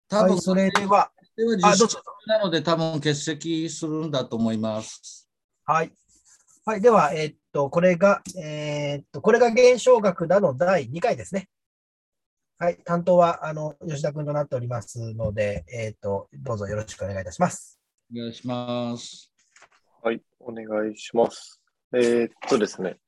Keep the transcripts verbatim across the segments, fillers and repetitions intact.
多分、 はい、それでは、 ではあ、ど実施うぞ。 なので多分欠席するんだと思います。 はい。はい、では、えーっと、これが、えーっと、これが現象学だのだいにかいですね。はい、担当は、あの、吉田君となっておりますので、えーっと、どうぞよろしくお願いいたします。 お願いします。 はい、お願いします。えーっとですね、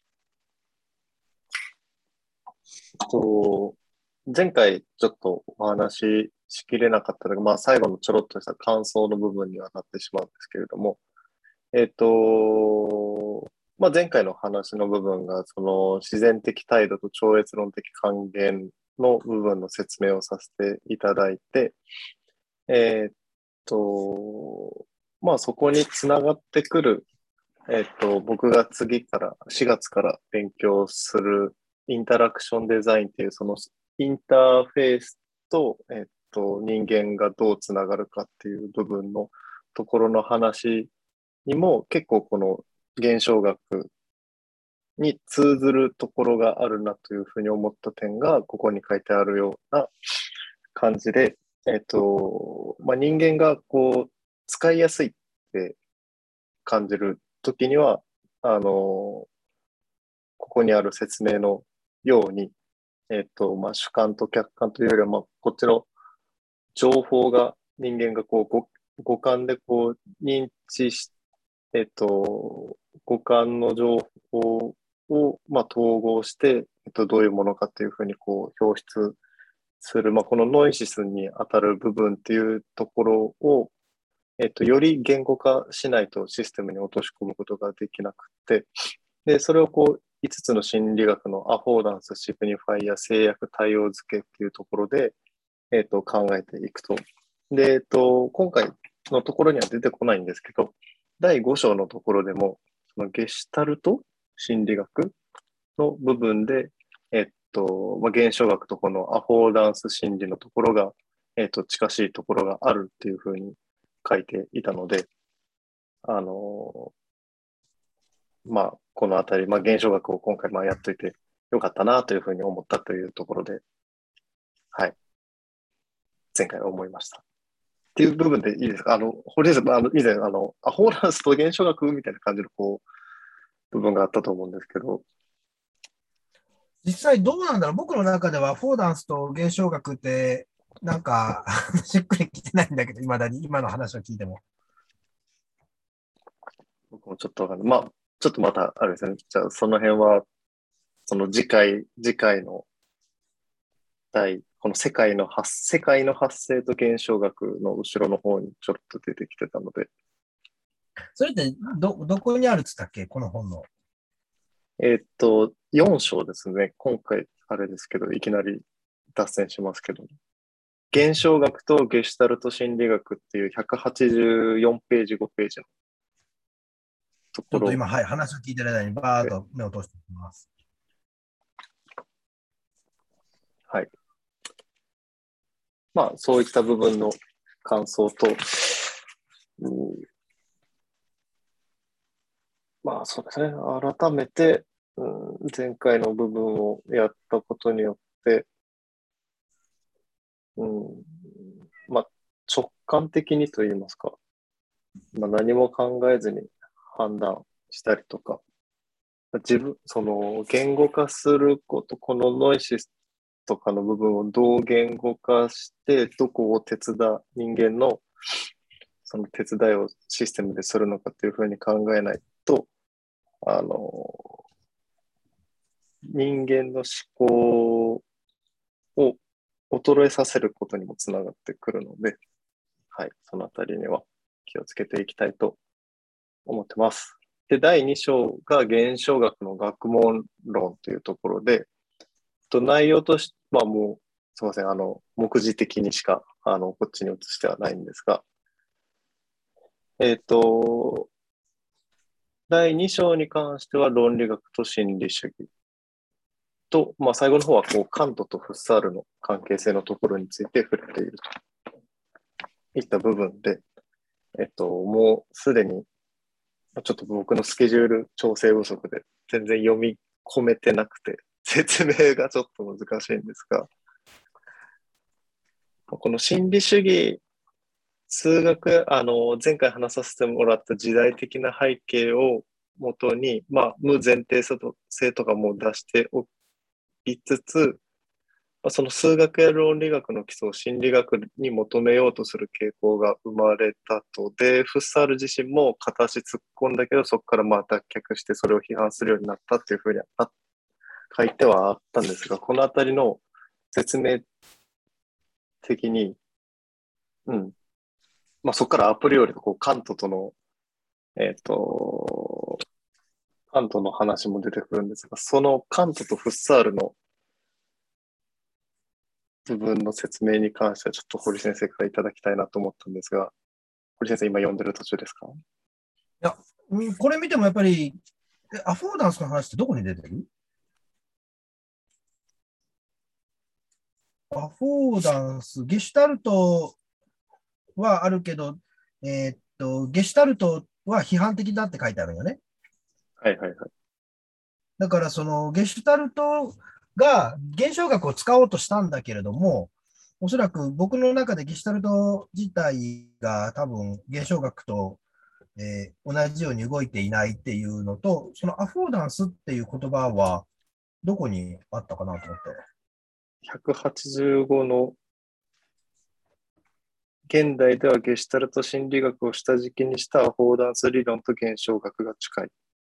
と前回ちょっとお話ししきれなかったのが、まあ最後のちょろっとした感想の部分にはなってしまうんですけれども、えーっと、まあ前回の話の部分が、その自然的態度と超越論的還元の部分の説明をさせていただいて、えーっと、まあそこにつながってくるえっと、僕が次から、しがつから勉強するインタラクションデザインっていう、そのインターフェースと、えっと、人間がどうつながるかっていう部分のところの話にも結構この現象学に通ずるところがあるなというふうに思った点がここに書いてあるような感じで、えっと、まあ、人間がこう使いやすいって感じるときには、あの、ここにある説明のように、えっと、まあ、主観と客観というよりは、まあ、こっちの情報が人間がこう、五五感でこう、認知し、えっと、五感の情報を、まあ、統合して、えっと、どういうものかというふうにこう、表出する、まあ、このノイシスに当たる部分っていうところを、えっと、より言語化しないとシステムに落とし込むことができなくて、で、それをこう、いつつの心理学のアフォーダンス、シグニファイア、制約、対応付けっていうところで、えっと、考えていくと。で、えっと、今回のところには出てこないんですけど、だいご章のところでも、そのゲシュタルト心理学の部分で、えっと、まあ、現象学とこのアフォーダンス心理のところが、えっと、近しいところがあるっていうふうに書いていたので、あの、まあ、このあたり、まあ、現象学を今回まあやっといてよかったなというふうに思ったというところで、はい、前回思いました。っていう部分でいいですか？あの、堀江さん、あの、以前、あの、アホーランスと現象学みたいな感じのこう、部分があったと思うんですけど、 実際どうなんだろう。僕の中ではフォーダンスと現象学って、なんかしっくりきてないんだけど、未だに今の話を聞いても。 僕もちょっとわかんない。まあ、ちょっとまた、あれですね。じゃあ、その辺は、その次回、次回の第、この世界の発、世界の発生と現象学の後ろの方にちょっと出てきてたので、 それってど、どこにあるっつったっけこの本の。 えーっと、よん章ですね。今回、あれですけど、いきなり脱線しますけど、現象学とゲシュタルト心理学っていうひゃくはちじゅうよんページ、ごページのところちょっと今、はい、話を聞いてる間にバーッで、 と目を通していきます。 はい。まあ、そういった部分の感想と、うん、まあ、そうですね。改めて、うん、前回の部分をやったことによって、うん、まあ、直感的にと言いますか、まあ、何も考えずに判断したりとか、自分、その言語化すること、このノイシスとかの部分をどう言語化して、どこを手伝う、人間のその手伝いをシステムでするのかというふうに考えないと、あの、人間の思考を衰えさせることにもつながってくるので、はい、そのあたりには気をつけていきたいと思ってます。で、だいに章が現象学の学問論というところで、と内容としてはもう、すみません、あの、目次的にしか、あの、こっちに移してはないんですが、えっと、だいに章に関しては論理学と心理主義と、まあ、最後の方はこうカントとフッサールの関係性のところについて触れているといった部分で、えっと、もうすでにちょっと僕のスケジュール調整不足で全然読み込めてなくて、説明がちょっと難しいんですが、 この心理主義、数学、あの、前回話させてもらった時代的な背景をもとに、まあ、無前提性とかも出しておきつつ、まあその数学や論理学の基礎を心理学に求めようとする傾向が生まれたとで、フッサール自身も片足突っ込んだけど、そこからまあ脱却してそれを批判するようになったっていうふうにあ書いてはあったんですが、このあたりの説明的に、うん。まあそこからアプリよりこうカントとの、えっと、カントの話も出てくるんですが、そのカントとフッサールの部分の説明に関してはちょっと堀先生からいただきたいなと思ったんですが、堀先生今読んでる途中ですか？ いや、うんこれ見てもやっぱり、えアフォーダンスの話ってどこに出てる？アフォーダンス、ゲシュタルトはあるけど、えーっと、ゲシュタルトは批判的だって書いてあるよね。 はいはいはい。 だからそのゲシュタルトが現象学を使おうとしたんだけれども、おそらく僕の中でゲシュタルト自体が多分現象学と、えー同じように動いていないっていうのと、そのアフォーダンスっていう言葉はどこにあったかなと思って。 ひゃくはちじゅうごの現代ではゲシュタルト心理学を下敷きにしたアフォーダンス理論と現象学が近い。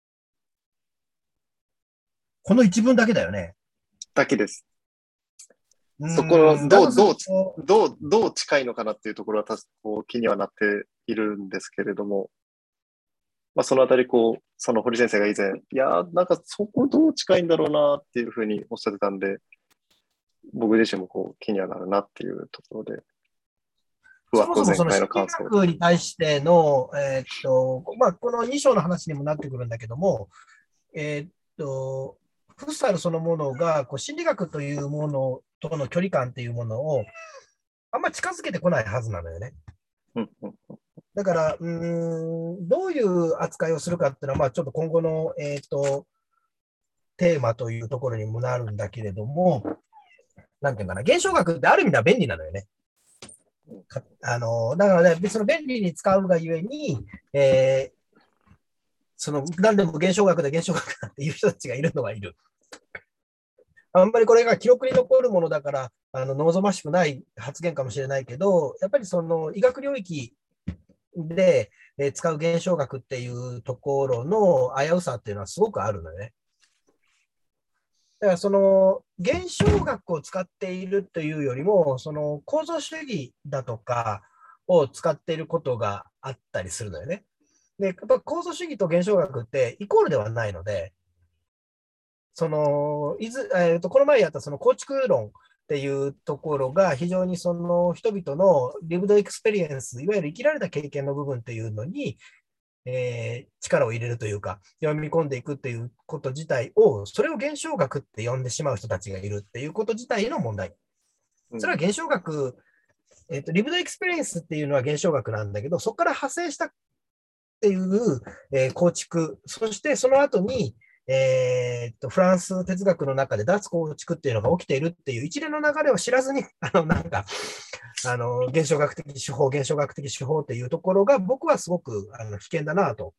この一文だけだよね。 だけです。 うそこの、 ーん、 どう、 だとするどう、 と、 どう、どう近いのかなっていうところはたこう気にはなっているんですけれども、まあそのあたりこう、その堀先生が以前、いやー、なんかそこどう近いんだろうなっていうふうにおっしゃってたんで、僕自身もこう気にはなるなっていうところで、ふわそもそもこ前回その心理の感想で。 学に対しての、えーっと、まあ、このに章の話にもなってくるんだけども、えーっと、フッサールそのものがこう心理学というものとの距離感っていうものをあんま近づけてこないはずなのよね。 うんうんだから、うーん、どういう扱いをするかっていうのは、まあ、ちょっと今後の、えーっと、テーマというところにもなるんだけれども、なんていうかな、現象学ってある意味では便利なのよね。かあのだからね、その便利に使うがゆえに、えーその何でも現象学で現象学だっていう人たちがいるのはいる。あんまりこれが記録に残るものだから、あの望ましくない発言かもしれないけど、やっぱりその医学領域でえ使う現象学っていうところの危うさっていうのはすごくあるのよね。だからその現象学を使っているというよりも、その構造主義だとかを使っていることがあったりするのよね。で、やっぱ構造主義と現象学ってイコールではないので、その、いず、えーと、この前やったその構築論っていうところが非常にその人々のリブドエクスペリエンス、いわゆる生きられた経験の部分っていうのに、えー力を入れるというか、読み込んでいくっていうこと自体を、それを現象学って呼んでしまう人たちがいるっていうこと自体の問題。 うんそれは現象学、えーと、リブドエクスペリエンスっていうのは現象学なんだけど、そこから派生したっていう、えー構築、そしてその後に、えーと、フランス哲学の中で脱構築っていうのが起きているっていう一連の流れを知らずに、あの、なんか、あの、現象学的手法、現象学的手法っていうところが僕はすごくあの危険だなと。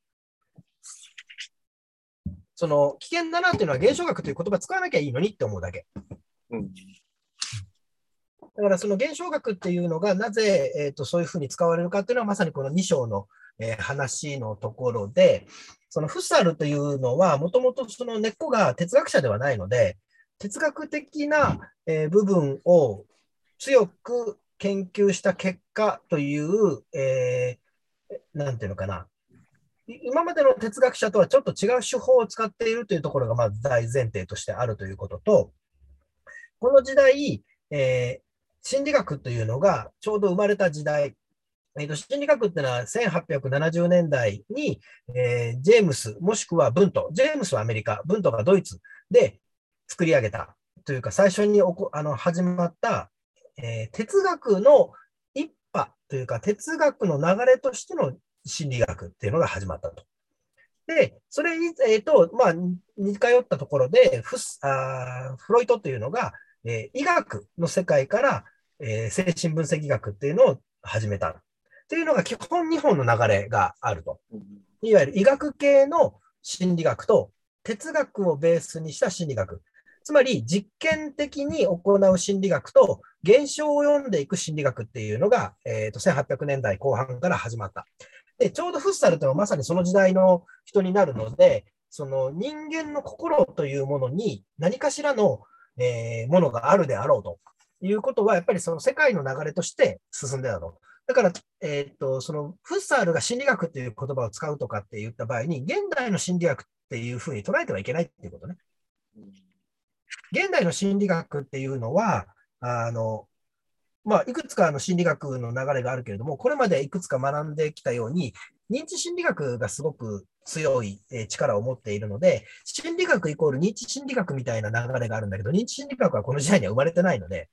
その危険だなっていうのは現象学という言葉使わなきゃいいのにって思うだけ。 うんだからその現象学っていうのがなぜ、えーと、そういうふうに使われるかっていうのはまさにこのに章の、えー話のところで、そのフッサルというのはもともとその根っこが哲学者ではないので、哲学的な、えー部分を強く研究した結果という、えーなんていうのかな、今までの哲学者とはちょっと違う手法を使っているというところがまず大前提としてあるということと、この時代、えー心理学というのがちょうど生まれた時代、えーと、心理学っていうのはせんはっぴゃくななじゅうねんだいに、えージェームス、もしくはブント、ジェームスはアメリカ、ブントがドイツで作り上げたというか、最初におこあの始まった、えー哲学の一派というか、哲学の流れとしての心理学っていうのが始まったと。で、それに、えーとまあ、似通ったところでフスあ、フロイトというのが、えー医学の世界からえー精神分析学っていうのを始めた。というのが基本にほんの流れがあると。いわゆる医学系の心理学と哲学をベースにした心理学。つまり実験的に行う心理学と現象を読んでいく心理学っていうのが、えーとせんはっぴゃくねんだいこう半から始まった。で、ちょうどフッサルというのはまさにその時代の人になるので、その人間の心というものに何かしらの、えーものがあるであろうということは、やっぱりその世界の流れとして進んでたと。だから、えーと、そのフッサールが心理学っていう言葉を使うとかって言った場合に、現代の心理学っていうふうに捉えてはいけないっていうことね。現代の心理学っていうのは、あの、まあ、いくつかの心理学の流れがあるけれども、これまでいくつか学んできたように、認知心理学がすごく強い力を持っているので、心理学イコール認知心理学みたいな流れがあるんだけど、認知心理学はこの時代には生まれてないので、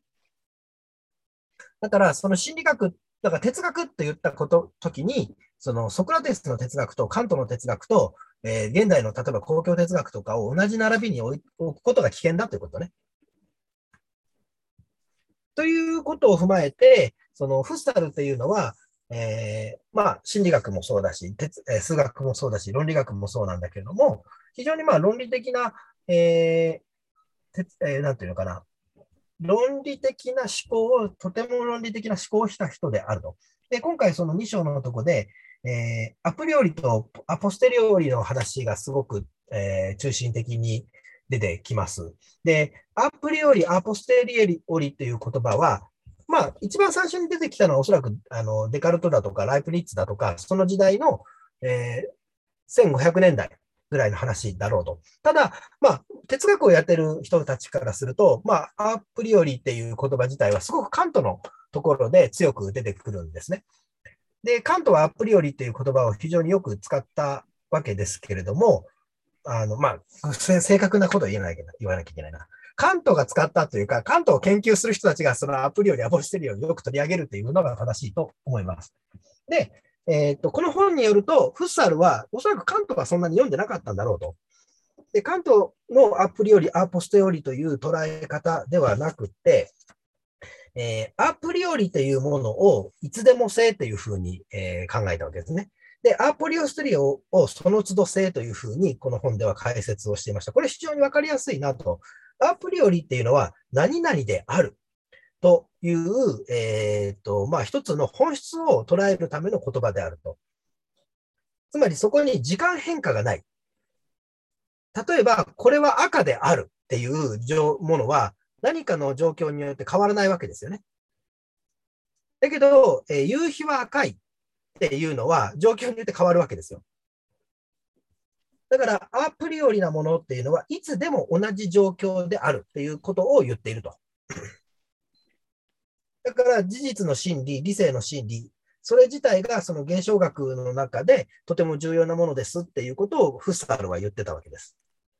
だからその心理学、だから哲学って言ったこと時に、そのソクラテスの哲学とカントの哲学と、えー現代の例えば公共哲学とかを同じ並びに置い置くことが危険だということね。ということを踏まえて、そのフッサルっていうのは、えーまあ、心理学もそうだし、哲えー数学もそうだし、論理学もそうなんだけれども、非常にまあ論理的な、えーてえーなんていうのかな、論理的な思考を、とても論理的な思考をした人であると。で、今回そのに章のとこで、えーアプリオリとアポステリオリの話がすごく、えー中心的に出てきます。で、アプリオリ、アポステリオリという言葉は、まあ、一番最初に出てきたのはおそらくあのデカルトだとかライプニッツだとか、その時代の、えーせんごひゃくねんだいぐらいの話だろうと。ただ、まあ、哲学をやってる人たちからすると、まあ、アプリオリっていう言葉自体はすごくカントのところで強く出てくるんですね。で、カントはアプリオリっていう言葉を非常によく使ったわけですけれども、あの、まあ、正確なことを言えない言わなきゃいけないな。カントが使ったというか、カントを研究する人たちがそのアプリよりアポステリよりよく取り上げるというのが正しいと思います。で、えーっと、この本によると、フッサルはおそらくカントはそんなに読んでなかったんだろうと。で、カントのアプリよりアポステオリという捉え方ではなくて、えーアプリよりというものをいつでも性というふうに、えー考えたわけですね。で、アポリオステリオをその都度性というふうにこの本では解説をしていました。これ非常にわかりやすいなと。アプリよりっていうのは何々であるという、えーとまあ、一つの本質を捉えるための言葉であると。つまりそこに時間変化がない。例えば、これは赤であるっていうものは何かの状況によって変わらないわけですよね。だけど、えー夕日は赤いっていうのは状況によって変わるわけですよ。だから、アプリよりなものっていうのはいつでも同じ状況であるっていうことを言っていると。だから、事実の真理、理性の真理、それ自体がその現象学の中でとても重要なものですっていうことをフッサルは言ってたわけです。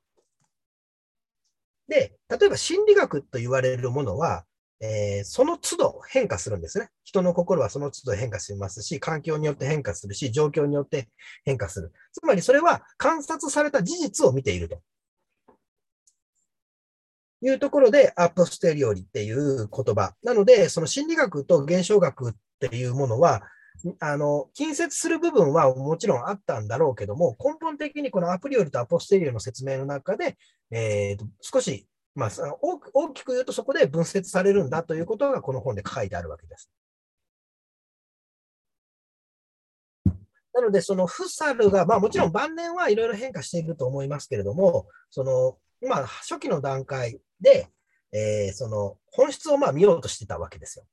で、例えば心理学と言われるものは、えーその都度変化するんですね。人の心はその都度変化しますし、環境によって変化するし、状況によって変化する。つまりそれは観察された事実を見ているというところで、アポステリオリっていう言葉。なので、その心理学と現象学っていうものは、あの、近接する部分はもちろんあったんだろうけども、根本的にこのアプリオリとアポステリオリの説明の中で、えーと少し、まあ、大大きく言うとそこで分節されるんだということがこの本で書いてあるわけです。なので、そのフッサルが、まあもちろん晩年はいろいろ変化していると思いますけれども、その、まあ初期の段階で、えーその本質をまあ見ようとしてたわけですよ。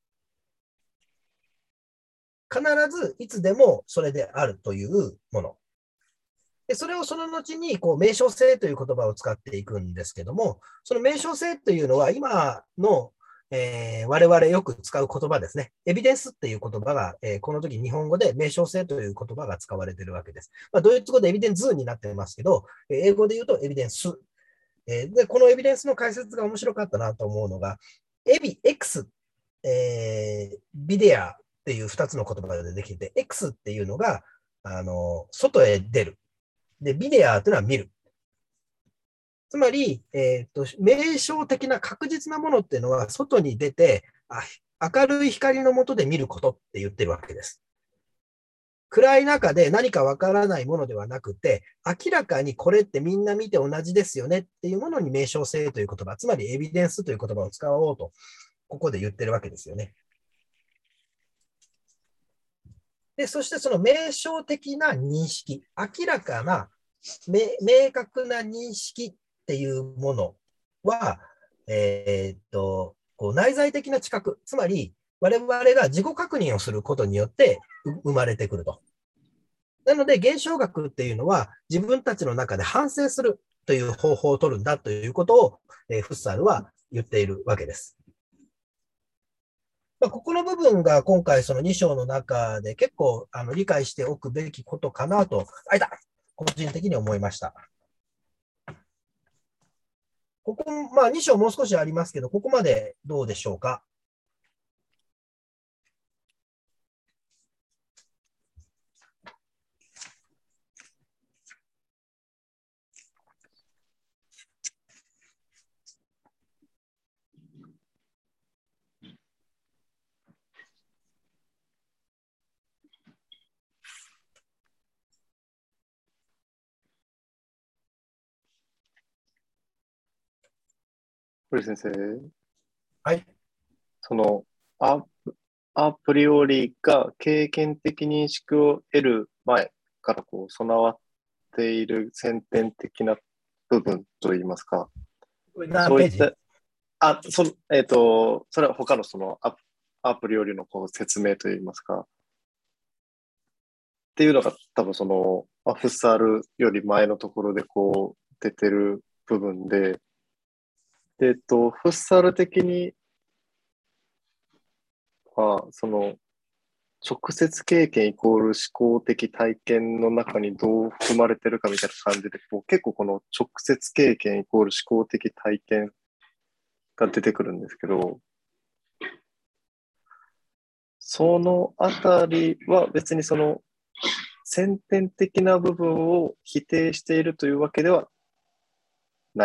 必ずいつでもそれであるというもの。で、それをその後にこう名称性という言葉を使っていくんですけども、その名称性というのは今の、えー我々よく使う言葉ですね。エビデンスっていう言葉が、えーこの時日本語で名称性という言葉が使われているわけです。まあ、ドイツ語でエビデンズになってますけど、英語で言うとエビデンス。えーで、このエビデンスの解説が面白かったなと思うのが、エビ X、えービデアっていうふたつの言葉が出てきて、X っていうのが、あの、外へ出る。で、ビデアというのは見る。つまり、えーと、名称的な確実なものっていうのは外に出てあ明るい光の下で見ることって言ってるわけです。暗い中で何かわからないものではなくて、明らかにこれってみんな見て同じですよねっていうものに名称性という言葉、つまりエビデンスという言葉を使おうと、ここで言ってるわけですよね。で、そしてその名称的な認識、明らかな、明確な認識っていうものは、えーっと、こう内在的な知覚、つまり我々が自己確認をすることによって生まれてくると。なので、現象学っていうのは自分たちの中で反省するという方法を取るんだということを、えーフッサルは言っているわけです。まあ、ここの部分が今回そのに章の中で結構あの理解しておくべきことかなと、あいた個人的に思いました。ここ、まあに章もう少しありますけど、ここまでどうでしょうか。 堀先生、 はい。 その、ア、アプリオリが経験的認識を得る前からこう備わっている先天的な部分といいますか、 何ページ？ そういった、あ、そ、えっと、それは他のそのア、アプリオリのこう説明といいますか、っていうのが多分その、まあフッサールより前のところでこう出てる部分で、でえっと、フッサール的には、その、直接経験イコール思考的体験の中にどう含まれてるかみたいな感じで、こう結構この直接経験イコール思考的体験が出てくるんですけど、そのあたりは別にその先天的な部分を否定しているというわけではない。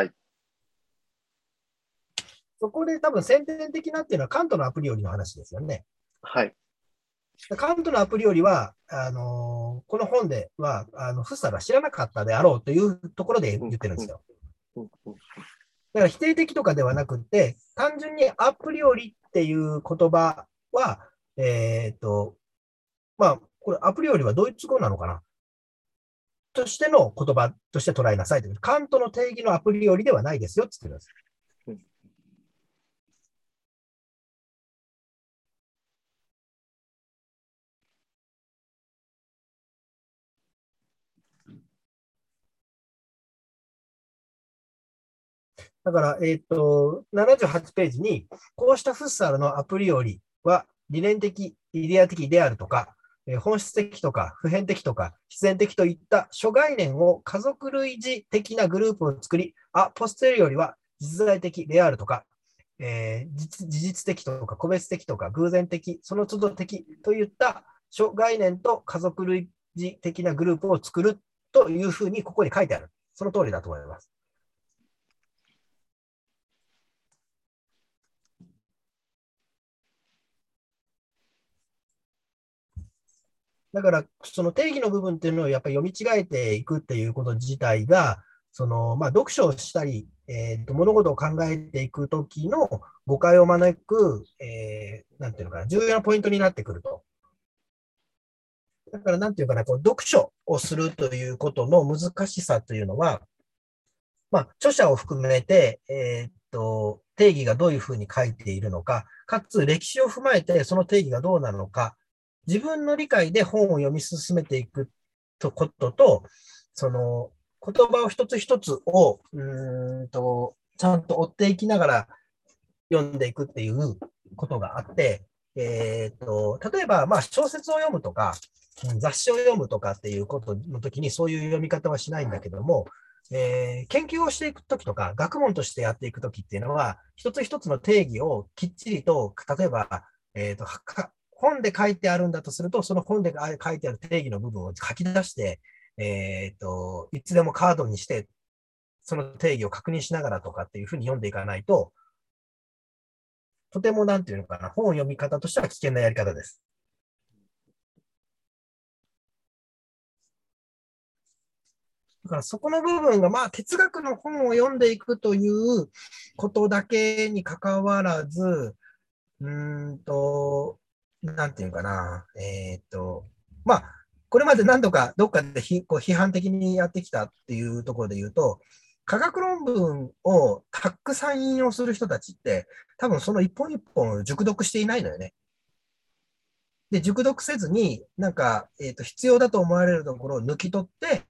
そこで多分先天的なっていうのはカントのアプリよりの話ですよね。 はい。 カントのアプリよりは、あのーこの本では、あのフッサルは知らなかったであろうというところで言ってるんですよ。 うんうんだから否定的とかではなくて、単純にアプリよりっていう言葉は、えっと、まあ、これアプリよりはドイツ語なのかなとしての言葉として捉えなさいという。カントの定義のアプリよりではないですよって言ってるんです。 うんだから、えっと、ななじゅうはちページに、こうしたフッサルのアプリよりは理念的、イデア的であるとか、えー本質的とか普遍的とか必然的といった諸概念を家族類似的なグループを作り、あ、ポステリよりは実在的であるとか、えー実事実的とか個別的とか偶然的、その都度的といった諸概念と家族類似的なグループを作るというふうにここに書いてある。その通りだと思います。だから、その定義の部分っていうのをやっぱり読み違えていくっていうこと自体が、そのまあ、読書をしたり、えーと、物事を考えていくときの誤解を招く、えーなんていうのかな、重要なポイントになってくると。だから、なんていうかな、こう読書をするということの難しさというのは、まあ、著者を含めて、えーと、定義がどういうふうに書いているのか、かつ歴史を踏まえてその定義がどうなのか、自分の理解で本を読み進めていくとことと、その言葉を一つ一つをうーんとちゃんと追っていきながら読んでいくっていうことがあって、えーと、例えば、まあ、小説を読むとか、雑誌を読むとかっていうことの時にそういう読み方はしないんだけども、えー研究をしていくときとか、学問としてやっていくときっていうのは、一つ一つの定義をきっちりと、例えば、えーと、本で書いてあるんだとすると、その本で書いてある定義の部分を書き出して、えーと、いつでもカードにして、その定義を確認しながらとかっていうふうに読んでいかないと、 とてもなんていうのかな、本読み方としては危険なやり方です。だからそこの部分が、まあ、哲学の本を読んでいくということだけにかかわらず、うーんと、なんていうかな、えーっと、まあ、これまで何度かどっかでひこう批判的にやってきたっていうところで言うと、科学論文をたくさん引用する人たちって、多分その一本一本を熟読していないのよね。で、熟読せずに、なんか、えーと、必要だと思われるところを抜き取って、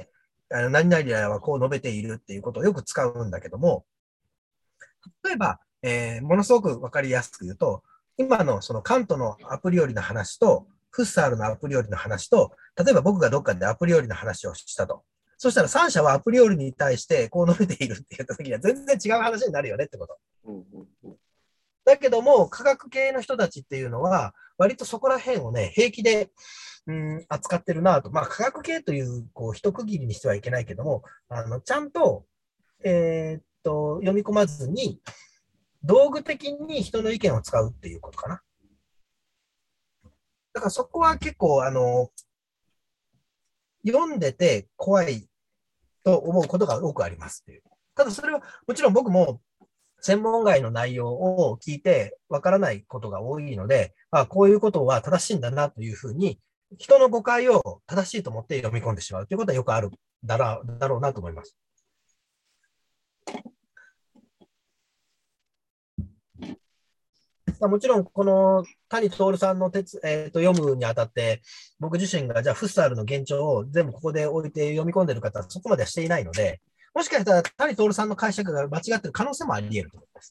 あの何々はこう述べているっていうことをよく使うんだけども、例えば、えーものすごくわかりやすく言うと、今のそのカントのアプリよりの話と、フッサールのアプリよりの話と、例えば僕がどっかでアプリよりの話をしたと。そしたらさん社はアプリよりに対してこう述べているって言ったときには全然違う話になるよねってこと。 うんうんうん。 だけども、科学系の人たちっていうのは、割とそこら辺をね、平気で、うん、扱ってるなと。まあ、科学系という、こう、一区切りにしてはいけないけども、あの、ちゃんと、えーっと、読み込まずに、道具的に人の意見を使うっていうことかな。だからそこは結構、あの、読んでて怖いと思うことが多くありますっていう。ただそれは、もちろん僕も専門外の内容を聞いてわからないことが多いので、あ、こういうことは正しいんだなというふうに、人の誤解を正しいと思って読み込んでしまうということはよくあるだろうだろうなと思います。もちろん、この谷徹さんの鉄、えーと、読むにあたって、僕自身がじゃあフッサールの現状を全部ここで置いて読み込んでる方はそこまではしていないので、もしかしたら谷徹さんの解釈が間違っている可能性もあり得ると思います。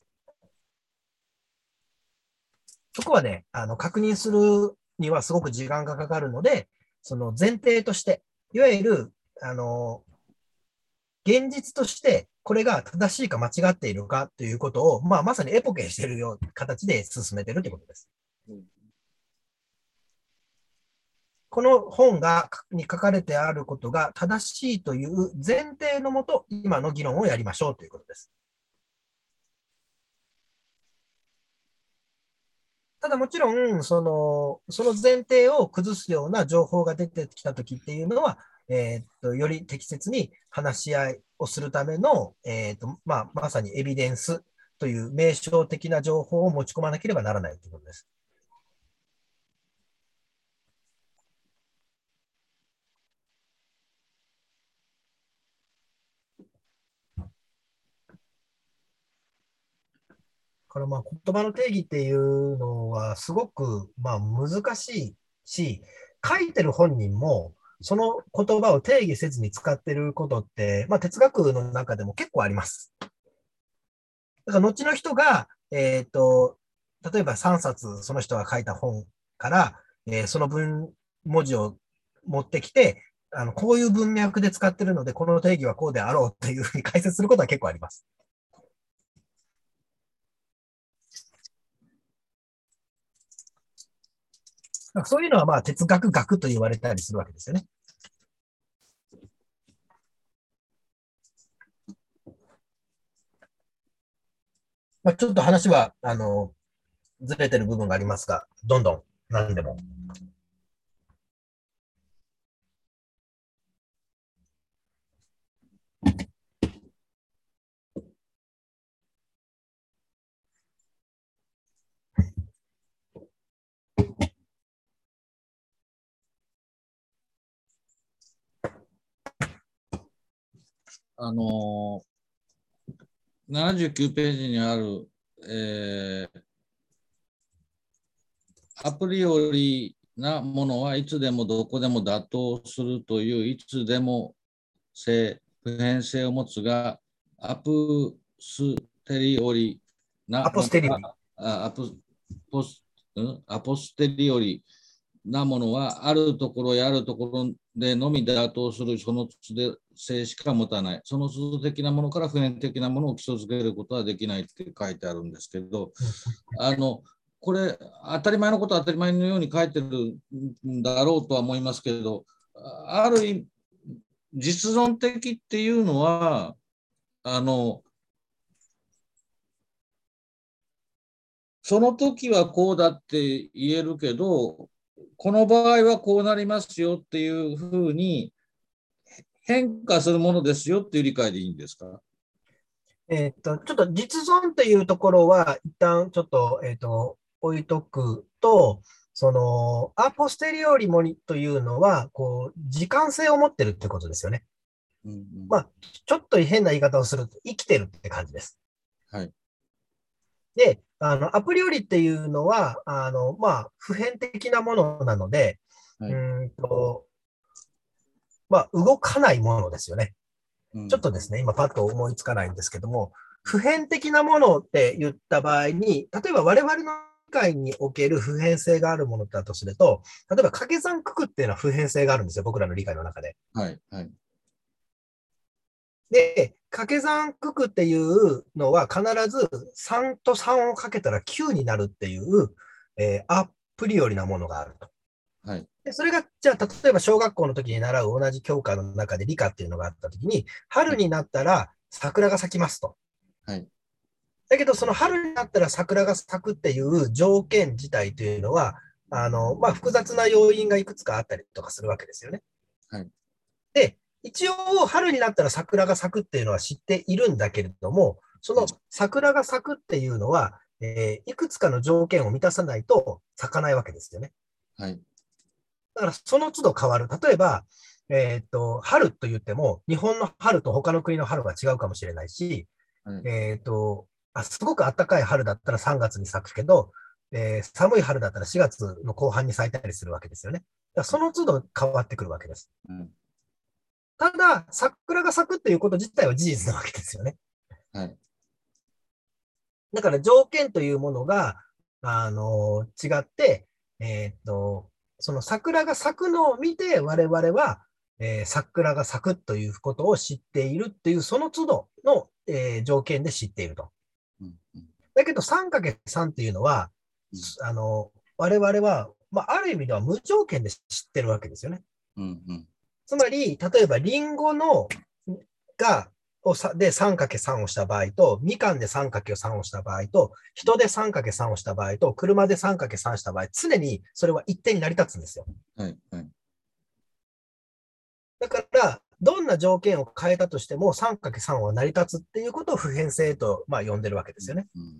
そこはね、あの確認するにはすごく時間がかかるので、その前提として、いわゆるあの現実としてこれが正しいか間違っているかということを、まあ、まさにエポケしているような形で進めているということです。 うんこの本がに書かれてあることが正しいという前提のもと、今の議論をやりましょうということです。ただもちろん、その、その前提を崩すような情報が出てきたときっていうのは、えーっと、より適切に話し合いをするための、えーっと、まあ、まさにエビデンスという名称的な情報を持ち込まなければならないということです。からまあ言葉の定義っていうのはすごくまあ難しいし、書いてる本人もその言葉を定義せずに使ってることって、まあ、哲学の中でも結構あります。だから後の人が、えっと、例えばさんさつその人が書いた本から、えーその文、文字を持ってきて、あの、こういう文脈で使ってるので、この定義はこうであろうっていうふうに解説することは結構あります。そういうのはまあ哲学学と言われたりするわけですよね。まあ、ちょっと話は、あの、ずれてる部分がありますが、どんどん何でも。 あのななじゅうきゅうページにある、えー、アプリよりなものはいつでもどこでも妥当するといういつでも性普遍性を持つが、アプステリオリなアポもステリオリ。 のは、あアプポス、うん、アポステリオリなものは、あるところやあるところでのみ妥当するその都度性しか持たない。その都度的なものから普遍的なものを基礎づけることはできないって書いてあるんですけど、あの、これ、当たり前のことは当たり前のように書いてるんだろうとは思いますけど、ある意味、実存的っていうのは、あの、 その時はこうだって言えるけど、この場合はこうなりますよっていうふうに変化するものですよっていう理解でいいんですか？ えーっと、ちょっと実存というところは、一旦ちょっと、えーっと、置いとくと、その、アポステリオリモニというのは、こう、時間性を持ってるってことですよね。 うんうん、 まあ、ちょっと変な言い方をすると、生きてるって感じです。 はい。 で、あの、アプリよりっていうのは、あの、まあ、普遍的なものなので、うはい。 ーんと、まあ、動かないものですよね。 うん、 ちょっとですね、今パッと思いつかないんですけども、普遍的なものって言った場合に、例えば我々の世界における普遍性があるものだとすると、例えば掛け算九九っていうのは普遍性があるんですよ、僕らの理解の中で。 はい。はい。 で、掛け算九九っていうのは必ずさんとさんをかけたらきゅうになるっていう、えーアプリよりなものがあると。 はい。 でそれが、じゃあ、例えば小学校の時に習う同じ教科の中で理科っていうのがあった時に、春になったら桜が咲きますと。 はい。 だけど、その春になったら桜が咲くっていう条件自体というのは、あの、まあ、複雑な要因がいくつかあったりとかするわけですよね。 はい。 で、一応、春になったら桜が咲くっていうのは知っているんだけれども、その桜が咲くっていうのは、えーいくつかの条件を満たさないと咲かないわけですよね。 はい。 だから、その都度変わる。例えば、えーっと、春と言っても、日本の春と他の国の春は違うかもしれないし、 はい。 えーっと、あ、すごく暖かい春だったらさんがつに咲くけど、えー寒い春だったらしがつの後半に咲いたりするわけですよね。だからその都度変わってくるわけです。 うん、 ただ、桜が咲くっていうこと自体は事実なわけですよね。 はい。 だから条件というものが、あの、違って、えーっと、その桜が咲くのを見て我々は、えー桜が咲くということを知っているっていう、その都度の、えー条件で知っていると。 うん、うん、 だけど さんかけるさん っていうのは、 うん、 あの、我々は、まあ、ある意味では無条件で知ってるわけですよね。 うん、うん、 つまり、例えば、リンゴの、が、をさで さんかけるさん をした場合と、みかんで さんかけるさん をした場合と、人で さんかけるさん をした場合と、車で さんかけるさん した場合、常にそれは一定に成り立つんですよ。 はい。はい。 だから、どんな条件を変えたとしても さんかけるさん は成り立つっていうことを普遍性と、まあ、呼んでるわけですよね。 うん、うん、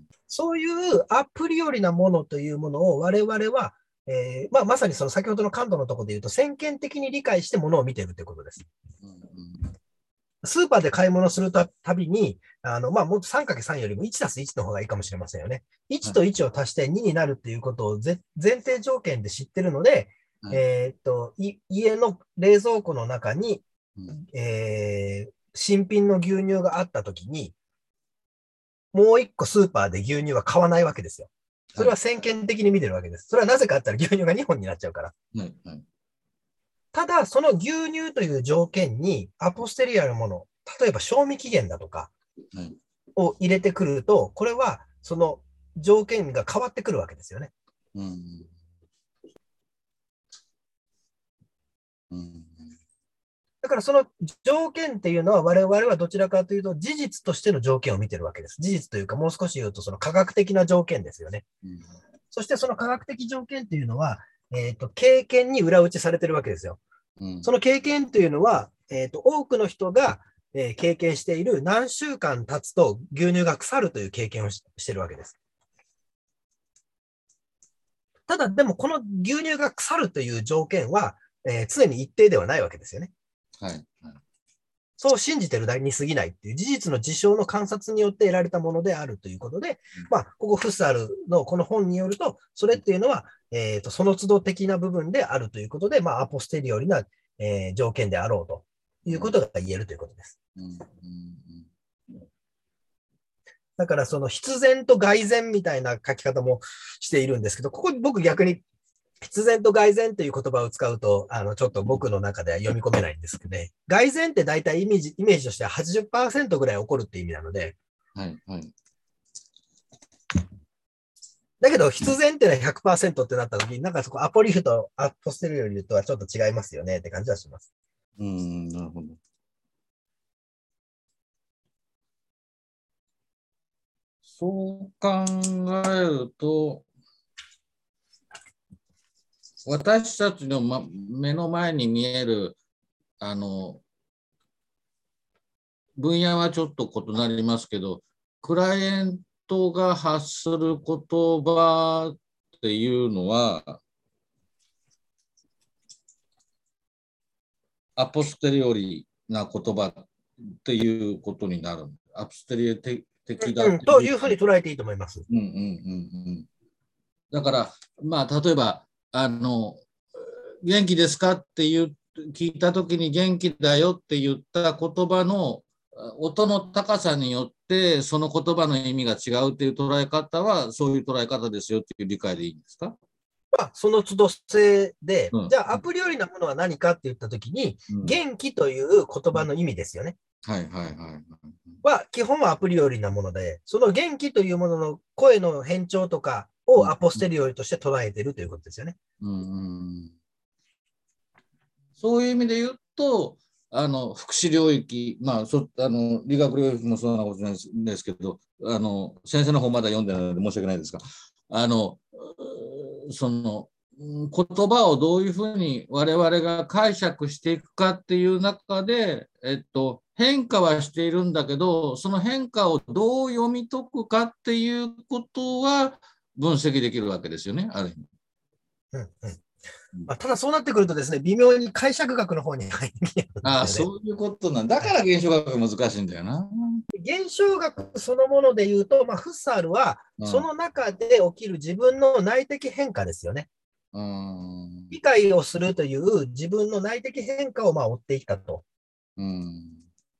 そういうアプリよりなものというものを我々は、えーまあ、まさにその先ほどの感度のところで言うと、先見的に理解してものを見ているということです。 うん、うん、 スーパーで買い物するたびに、あの、まあ、もっと さんかけるさん よりもいちたすいちの方がいいかもしれませんよね。いちはい。 といちを足してにになるっていうことをぜ前提条件で知ってるので、 はい。 えーっと、い家の冷蔵庫の中に、 うん、 えー新品の牛乳があったときに、もう一個スーパーで牛乳は買わないわけですよ。そはい。 れは先見的に見てるわけです。それはなぜかあったら牛乳がにほんになっちゃうから。 はい。はい。 ただ、その牛乳という条件にアポステリアのもの、例えば賞味期限だとかはい。 を入れてくると、これはその条件が変わってくるわけですよね。 うん、うん、 だからその条件っていうのは我々はどちらかというと事実としての条件を見てるわけです。事実というかもう少し言うとその科学的な条件ですよね。 うん、 そしてその科学的条件っていうのは、えっと、経験に裏打ちされてるわけですよ。 うん、 その経験というのは、えっと、多くの人が、えー経験している何週間経つと牛乳が腐るという経験をししてるわけです。ただ、でもこの牛乳が腐るという条件は、えー常に一定ではないわけですよね。 はい。はい。 そう信じてるだけに過ぎないっていう事実の事象の観察によって得られたものであるということで、まあ、ここフッサルのこの本によると、それっていうのは、えーと、その都度的な部分であるということで、まあ、アポステリオリな、えー条件であろうということが言えるということです。 うん、うん、 だから、その必然と蓋然みたいな書き方もしているんですけど、ここ僕逆に必然と蓋然という言葉を使うと、あの、ちょっと僕の中では読み込めないんですけどね。蓋然って大体イメージ、イメージとしてははちじゅっパーセントぐらい起こるっていう意味なので、 はい。はい。 だけど必然っていうのは ひゃくパーセント ってなった時に、なんかそこアポリフとアポステリオリとはちょっと違いますよねって感じはします。 うん、なるほど。 そう考えると、私たちの、ま、目の前に見えるあの分野はちょっと異なりますけど、クライアントが発する言葉っていうのは、アポステリオリな言葉っていうことになる。アポステリオリ的だうん、というふうに捉えていいと思います。 うんうんうんうん、だから、まあ、例えばあの、元気ですかっていう聞いたときに、元気だよって言った言葉の音の高さによって、その言葉の意味が違うっていう捉え方は、そういう捉え方ですよっていう理解でいいんですか？ まあ、その都度性で、 うん、 じゃあアプリよりなものは何かって言ったときに、 うん、 元気という言葉の意味ですよね。 はいはいはい。 は、基本はアプリよりなもので、その元気というものの声の変調とかをアポステリオリとして捉えているということですよね。 うんうん、そういう意味で言うと、あの福祉領域、まあ、そあの理学領域もそうなことないですけど、あの先生の方まだ読んでないので申し訳ないですが、あのその言葉をどういうふうに我々が解釈していくかっていう中で、えっと、変化はしているんだけど、その変化をどう読み解くかっていうことは分析できるわけですよね、ある意味。 うんうんまあ、ただそうなってくるとですね、微妙に解釈学の方に入ってきてるんですよね。 ああ、そういうことなんだ。だから現象学が難しいんだよな。 現象学そのもので言うと、まあ、フッサールは、その中で起きる自分の内的変化ですよね。 うん、 理解をするという自分の内的変化をまあ追っていったと。 うん、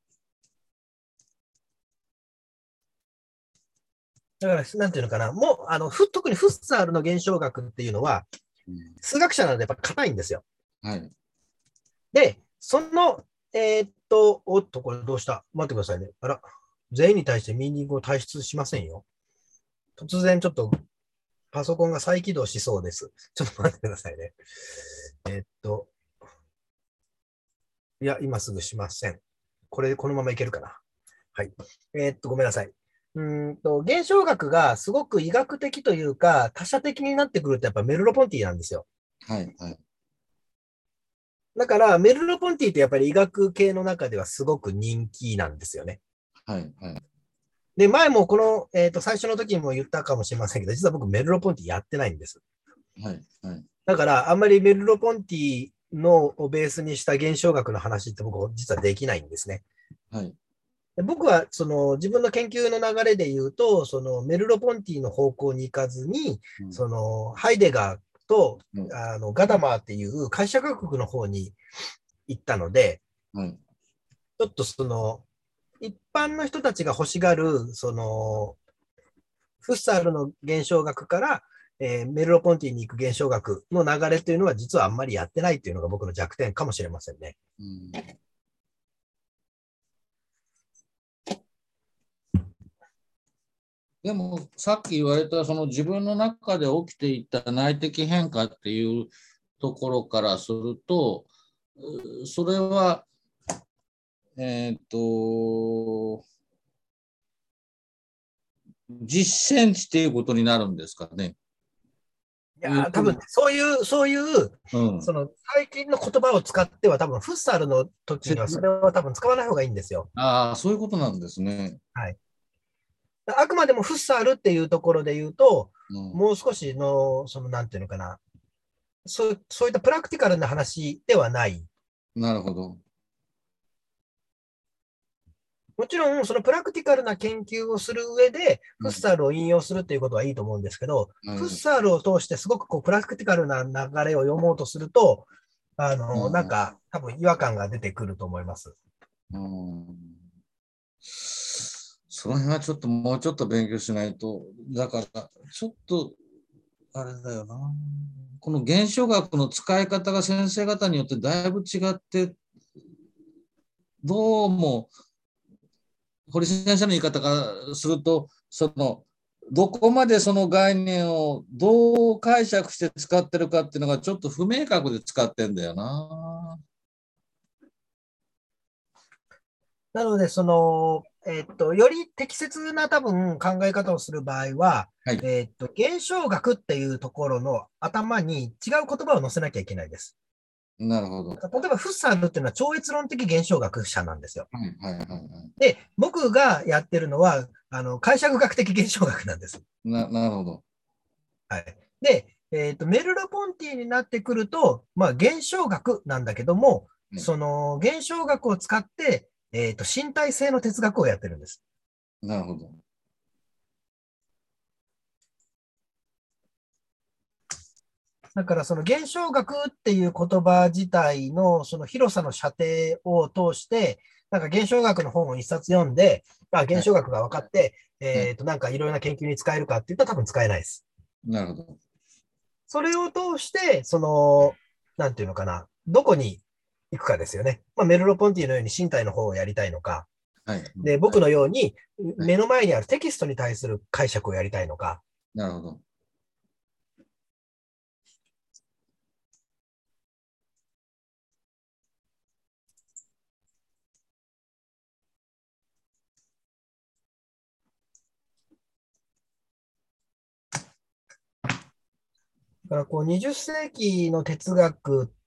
だから、なんていうのかな、もう、あの、ふ特にフッサールの現象学っていうのは、 うん、 数学者なのでやっぱ硬いんですよ。 はい。 で、その、えーっと、おっと、これどうした待ってくださいね。あら、全員に対してミーニングを退出しませんよ。突然ちょっとパソコンが再起動しそうです。ちょっと待ってくださいね。えーっと、いや、今すぐしません。これでこのままいけるかな。はい。えーっと、ごめんなさい。うーんと、現象学がすごく医学的というか、他者的になってくるとやっぱメルロポンティなんですよ。 はい。はい。 だから、メルロポンティってやっぱり医学系の中ではすごく人気なんですよね。 はい。はい。 で、前もこの、えーと、最初の時にも言ったかもしれませんけど、実は僕メルロポンティやってないんです。 はい。はい。 だから、あんまりメルロポンティのをベースにした現象学の話って僕実はできないんですね。 はい。 で僕はその自分の研究の流れで言うと、そのメルロポンティの方向に行かずに、 うん、 そのハイデガーと、 うん、 あのガダマーっていう解釈学の方に行ったので、 はい。 ちょっとその一般の人たちが欲しがる、そのフッサールの現象学から、えーメルロポンティに行く現象学の流れというのは実はあんまりやってないというのが僕の弱点かもしれませんね。 うん、でも、さっき言われた、その自分の中で起きていた内的変化っていうところからすると、それは、えっと、実践値っていうことになるんですかね。 いや多分そういう、そういう、 うん、 その最近の言葉を使っては、多分フッサールの時にはそれは多分使わない方がいいんですよ。 ああ、そういうことなんですね。 はい。あくまでもフッサールっていうところで言うと、 うん、 もう少しの、そのなんていうのかな、そう、そういったプラクティカルな話ではない。 なるほど。 もちろん、そのプラクティカルな研究をする上で、フッサールを引用するということはいいと思うんですけど、 うん、 フッサールを通してすごくこうプラクティカルな流れを読もうとすると、あの、 うん、 なんか、多分違和感が出てくると思います。 うん、その辺はちょっともうちょっと勉強しないと、だから、ちょっと、あれだよな。この現象学の使い方が先生方によってだいぶ違って、どうも、堀先生の言い方からすると、その、どこまでその概念をどう解釈して使ってるかっていうのがちょっと不明確で使ってんだよな。 なので、その、 えっと、より適切な多分考え方をする場合は、 はい。 えっと、現象学っていうところの頭に違う言葉を載せなきゃいけないです。 なるほど。 例えば、フッサールっていうのは超越論的現象学者なんですよ。 はい、はい、はい。はいで、僕がやってるのは、あの、解釈学的現象学なんです。 な、なるほど。 はい。で、えっと、メルロポンティになってくると、まあ、現象学なんだけども、 はいその、現象学を使って、えっと、身体性の哲学をやってるんです。 なるほど。 だからその現象学っていう言葉自体のその広さの射程を通して、なんか現象学の本を一冊読んで、あ、現象学が分かって、 はい。 えっと、なんかいろいろな研究に使えるかって言ったら多分使えないです。 なるほど。 それを通して、その、なんていうのかな、どこに行くかですよね。まあ、メルロポンティのように身体の方をやりたいのか、 はい。 で、 はい。 僕のようにはい。 目の前にあるテキストに対する解釈をやりたいのか、 なるほど。 だからこうにじゅっ世紀の哲学って、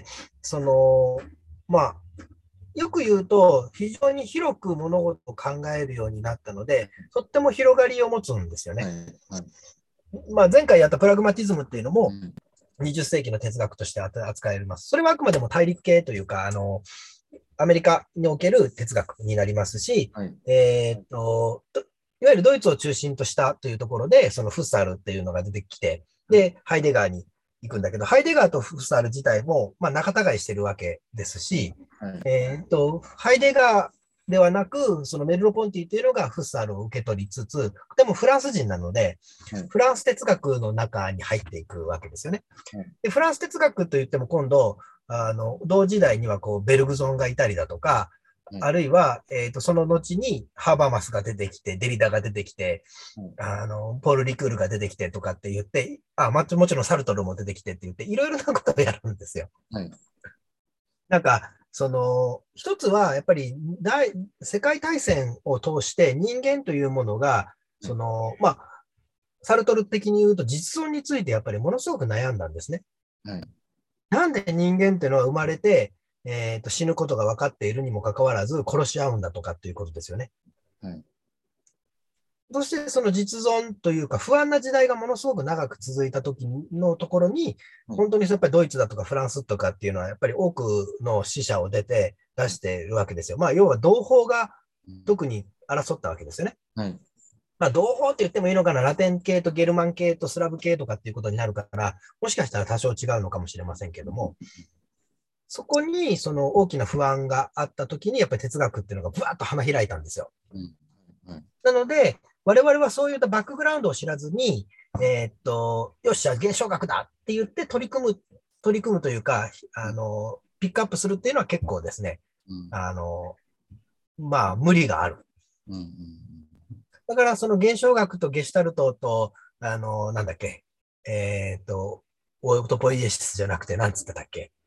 その、まあ、よく言うと、非常に広く物事を考えるようになったので、とっても広がりを持つんですよね。 はい。はい。 まあ、前回やったプラグマティズムっていうのも、 うん。 にじゅっ世紀の哲学として扱えます。それはあくまでも大陸系というか、あの、アメリカにおける哲学になりますし、 はい。 えーっと、いわゆるドイツを中心としたというところで、そのフッサールっていうのが出てきて、で、ハイデガーに行くんだけど、ハイデガーとフッサール自体も、まあ、仲違いしてるわけですし、 はい。 えーっと、ハイデガーではなく、そのメルロポンティっていうのがフッサールを受け取りつつ、でもフランス人なので、 はい。 フランス哲学の中に入っていくわけですよね。 はい。 でフランス哲学といっても今度、あの、同時代にはこう、ベルグゾンがいたりだとか、 はい。 あるいは、えっと、その後にハーバーマスが出てきて、デリダが出てきて、あの、ポール・リクールが出てきてとかって言って、あ、まもちろんサルトルも出てきてって言って、いろいろなことをやるんですよ。 はい。 なんか、その、一つは、やっぱり大、世界大戦を通して人間というものが、その、まあ、サルトル的に言うと実存についてやっぱりものすごく悩んだんですね。 はい。 なんで人間っていうのは生まれて、えーと、死ぬことが分かっているにもかかわらず殺し合うんだとかっていうことですよね。 はい。 そしてその実存というか不安な時代がものすごく長く続いた時のところに、 はい。 本当にやっぱりドイツだとかフランスとかっていうのはやっぱり多くの死者を出て出しているわけですよ。まあ要は同胞がうん。 特に争ったわけですよね。 はい。 まあ同胞って言ってもいいのかな、ラテン系とゲルマン系とスラブ系とかっていうことになるから、もしかしたら多少違うのかもしれませんけども、そこにその大きな不安があったときに、やっぱり哲学っていうのがぶわっと花開いたんですよ。 うん。はい。 なので、我々はそういったバックグラウンドを知らずに、えーっと、よっしゃ、現象学だって言って取り組む、取り組むというか、あの、ピックアップするっていうのは結構ですね、 うん。 あの、まあ、無理がある。 うん。うん。 だから、その現象学とゲシュタルトと、あの、なんだっけ、えーっと、オートポイエシスじゃなくて、なんつってたっけ、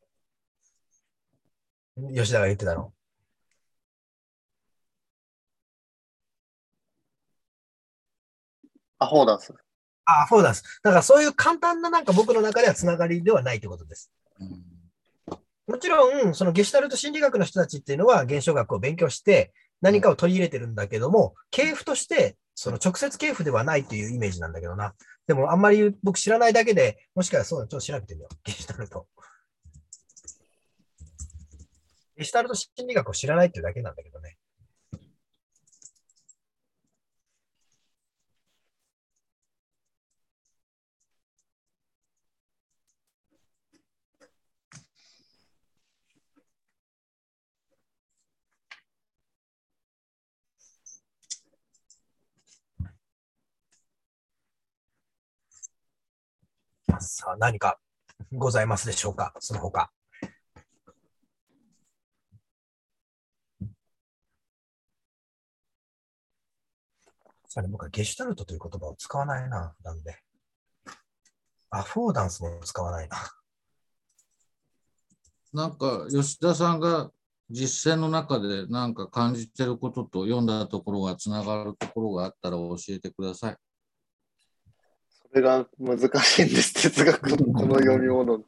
吉田が言ってたの。 アフォーダンス。 あ、そうなんです。だからそういう簡単ななんか僕の中ではつながりではないということです。 うん。 もちろん、そのゲシュタルト心理学の人たちっていうのは現象学を勉強して何はい。 かを取り入れてるんだけども、系譜としてそはい。 の直接系譜ではないというイメージなんだけどな。でもあんまり僕知らないだけで、もしかしたらそうだ、ちょっと調べてみよう。ゲシュタルト。ゲシュタルト心理学を知らないっていうだけなんだけどね。さあ、何かございますでしょうか、その他。さあね、僕はゲシュタルトという言葉を使わないな。なんで。アフォーダンスも使わないな。 なんか、吉田さんが実践の中で何か感じてることと読んだところがつながるところがあったら教えてください。 それが難しいんです、哲学のこの読み物。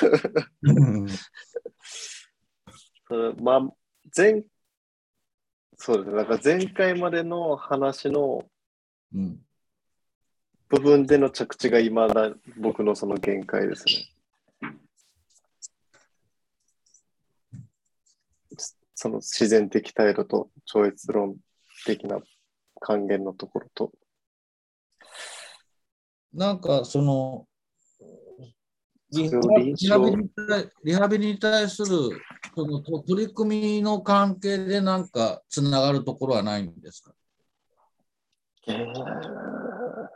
それまあ、前、そうですね、なんか前回までの話のうん部分での着地が今だ僕のその限界ですね。その自然的態度と超越論的な還元のところと。 なんかそのリハそれを臨リハビリ床、 に対リハビリに対するそのと取り組みの関係でなんかつながるところはないんですか？ えー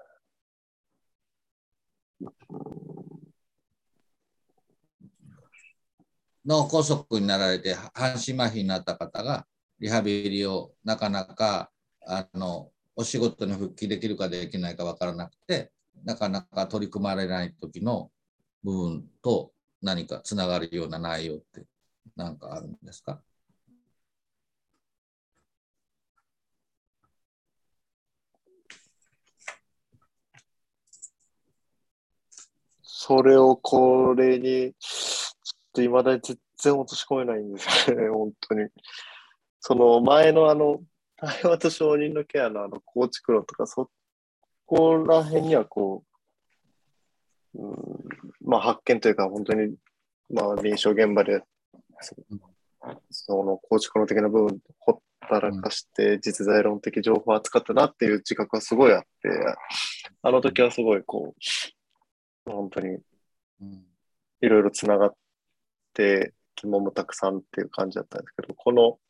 脳梗塞になられて半身麻痺になった方がリハビリをなかなかあのお仕事に復帰できるかできないか分からなくてなかなか取り組まれない時の部分と何かつながるような内容って何かあるんですか？ それをこれに、ちょっと未だに全然落とし込めないんですよね、本当に。その前のあの、対話と承認のケアのあの構築論とか、そこら辺にはこう、うん、まあ発見というか、本当に、まあ臨床現場で、そその構築論的な部分、ほったらかして実在論的情報を扱ったなっていう自覚はすごいあって、あの時はすごいこう、本当にうんいろいろつながって疑問もたくさんっていう感じだったんですけど、この、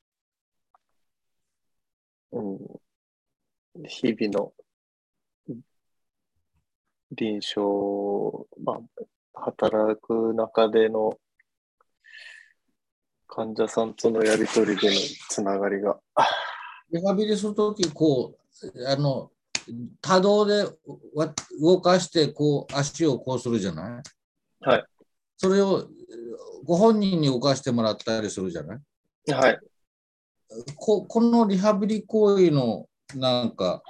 うん、日々の臨床、まあ、働く中での患者さんとのやりとりでのつながりが、 リハビリするときこうあの多動でわ動かしてこう足をこうするじゃない？ はい、 それをご本人に動かしてもらったりするじゃない？ はい。 ここのリハビリ行為のなんか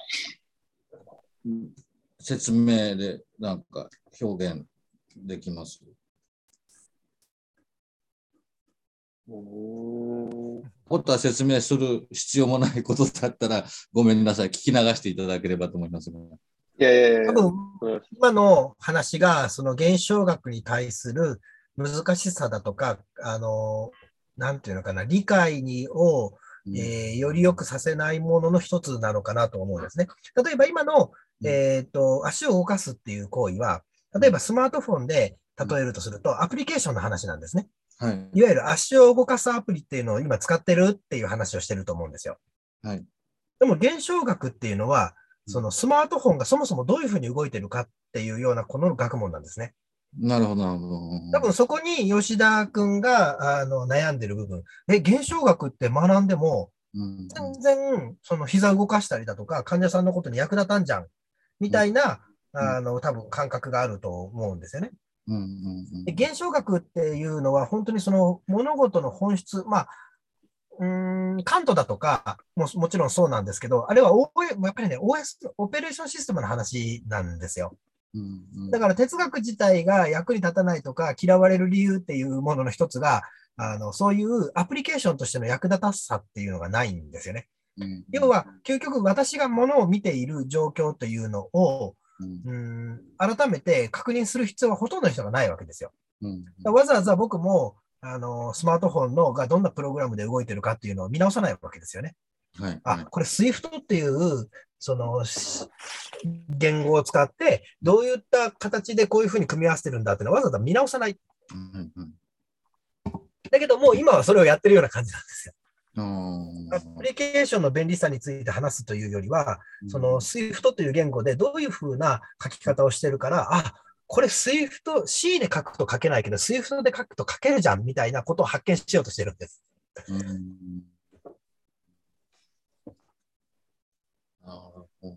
説明でなんか表現できます？ うーん。 もっとは説明する必要もないことだったらごめんなさい。聞き流していただければと思いますが。 いやいやいやいや、 多分、 うん今の話が、その現象学に対する難しさだとか、あの、なんていうのかな、理解にを、 うんえーより良くさせないものの一つなのかなと思うんですね。例えば今の、えっと、足を動かすっていう行為は、例えばスマートフォンで例えるとすると、アプリケーションの話なんですね。 はい。 いわゆる足を動かすアプリっていうのを今使ってるっていう話をしてると思うんですよ。 はい。 でも現象学っていうのは、そのスマートフォンがそもそもどういうふうに動いてるかっていうようなこの学問なんですね。 なるほど、なるほど。 多分そこに吉田くんがあの悩んでる部分。え、現象学って学んでも、 うん全然その膝動かしたりだとか、患者さんのことに役立たんじゃん。みうんたいな、 うんあの、多分感覚があると思うんですよね。 うんうんで現象学っていうのは本当にその物事の本質、まあ、うーん、カントだとかも、もちろんそうなんですけど、あれは オーエー、やっぱりね、オーエス、オペレーションシステムの話なんですよ。 うんうんだから哲学自体が役に立たないとか嫌われる理由っていうものの一つが、あの、そういうアプリケーションとしての役立たさっていうのがないんですよね。 うん要は、究極私が物を見ている状況というのを、 うんうん、改めて確認する必要はほとんどの人がないわけですよ。 うんわざわざ僕も、あの、スマートフォンのがどんなプログラムで動いてるかっていうのを見直さないわけですよね。あ、 はいはいこれ スイフト っていう、その、し言語を使って、どういった形でこういうふうに組み合わせてるんだっていうのはわざわざ見直さない。 うんうんだけども、今はそれをやってるような感じなんですよ。 うんアプリケーションの便利さについて話すというよりは、その スイフト という言語でどういうふうな書き方をしてるから、あ、これ スイフト、C で書くと書けないけど、スイフト で書くと書けるじゃんみたいなことを発見しようとしてるんです。 うんうんなるほど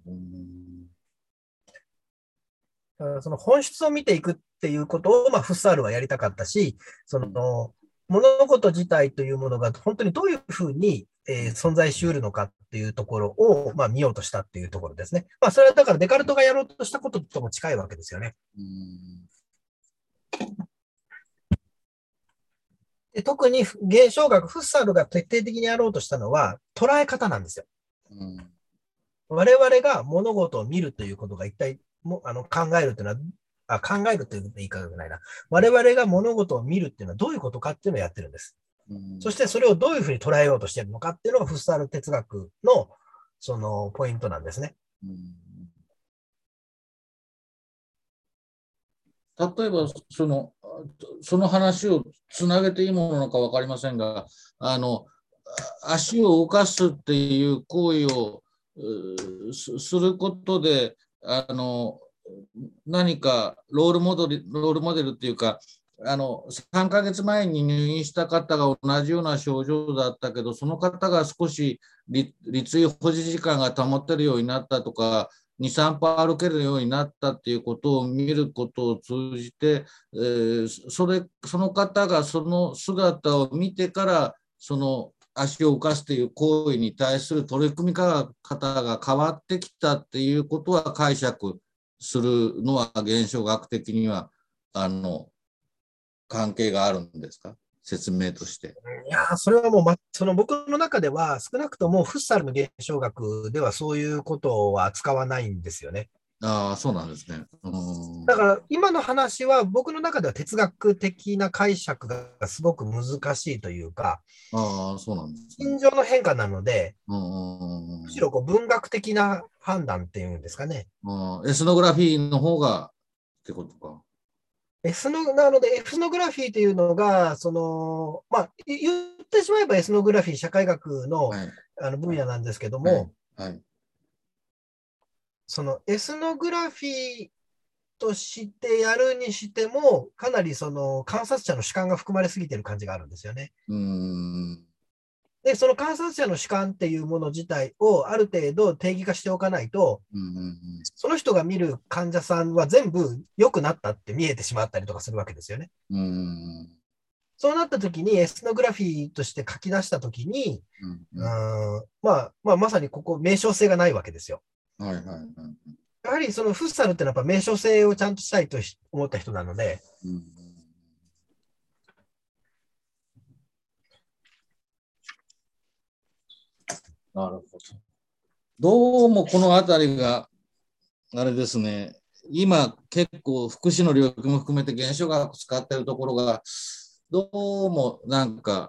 だからその本質を見ていくっていうことを、まあ、フッサールはやりたかったし、その、 物事自体というものが本当にどういうふうに、えー存在しうるのかっていうところを、まあ、見ようとしたっていうところですね。まあ、それはだからデカルトがやろうとしたこととも近いわけですよね。 うんで特に現象学、フッサルが徹底的にやろうとしたのは捉え方なんですよ。 うん我々が物事を見るということが一体もあの考えるというのは、あ考えるという言い方がないな。我々が物事を見るっていうのはどういうことかっていうのをやってるんです。 うんそしてそれをどういうふうに捉えようとしているのかっていうのがフッサル哲学のそのポイントなんですね。 うん例えばその、その話をつなげていいものなのか分かりませんが、あの足を動かすっていう行為をすることで、あの何かロールモデル、ロールモデルっていうか、あのさんかげつまえに入院した方が同じような症状だったけど、その方が少し立位保持時間が保てるようになったとか、に、さん歩歩けるようになったっていうことを見ることを通じて、えー、それその方がその姿を見てから、その足を浮かすという行為に対する取り組み方が変わってきたっていうことは解釈するのは現象学的にはあの関係があるんですか、説明として。 いやそれはもう、ま、その僕の中では少なくともフッサルの現象学ではそういうことは使わないんですよね。 ああ、そうなんですね。うんだから今の話は僕の中では哲学的な解釈がすごく難しいというか、 ああ、そうなんですね。 心情の変化なので、 うんむしろこう文学的な判断っていうんですかね。 うん、エスノグラフィーの方がってことか。 エスノなので、エスノグラフィーというのが、その、まあ、言ってしまえばエスノグラフィー、社会学の、 はい、 あの分野なんですけどはい、 も、 はい。 そのエスノグラフィーとしてやるにしても、かなりその観察者の主観が含まれすぎてる感じがあるんですよね。 うん、 で、その観察者の主観っていうもの自体をある程度定義化しておかないと、 うん、 その人が見る患者さんは全部良くなったって見えてしまったりとかするわけですよね。 うん、 そうなった時にエスノグラフィーとして書き出した時に、 うん、 うーんまあ、まあ、まさにここ名称性がないわけですよ。 はい、はい、はい。 やはりそのフッサルってのはやっぱ名称性をちゃんとしたいと思った人なので、 うん、なるほど。どうもこのあたりが、あれですね、今結構福祉の領域も含めて現象学使ってるところが、どうもなんか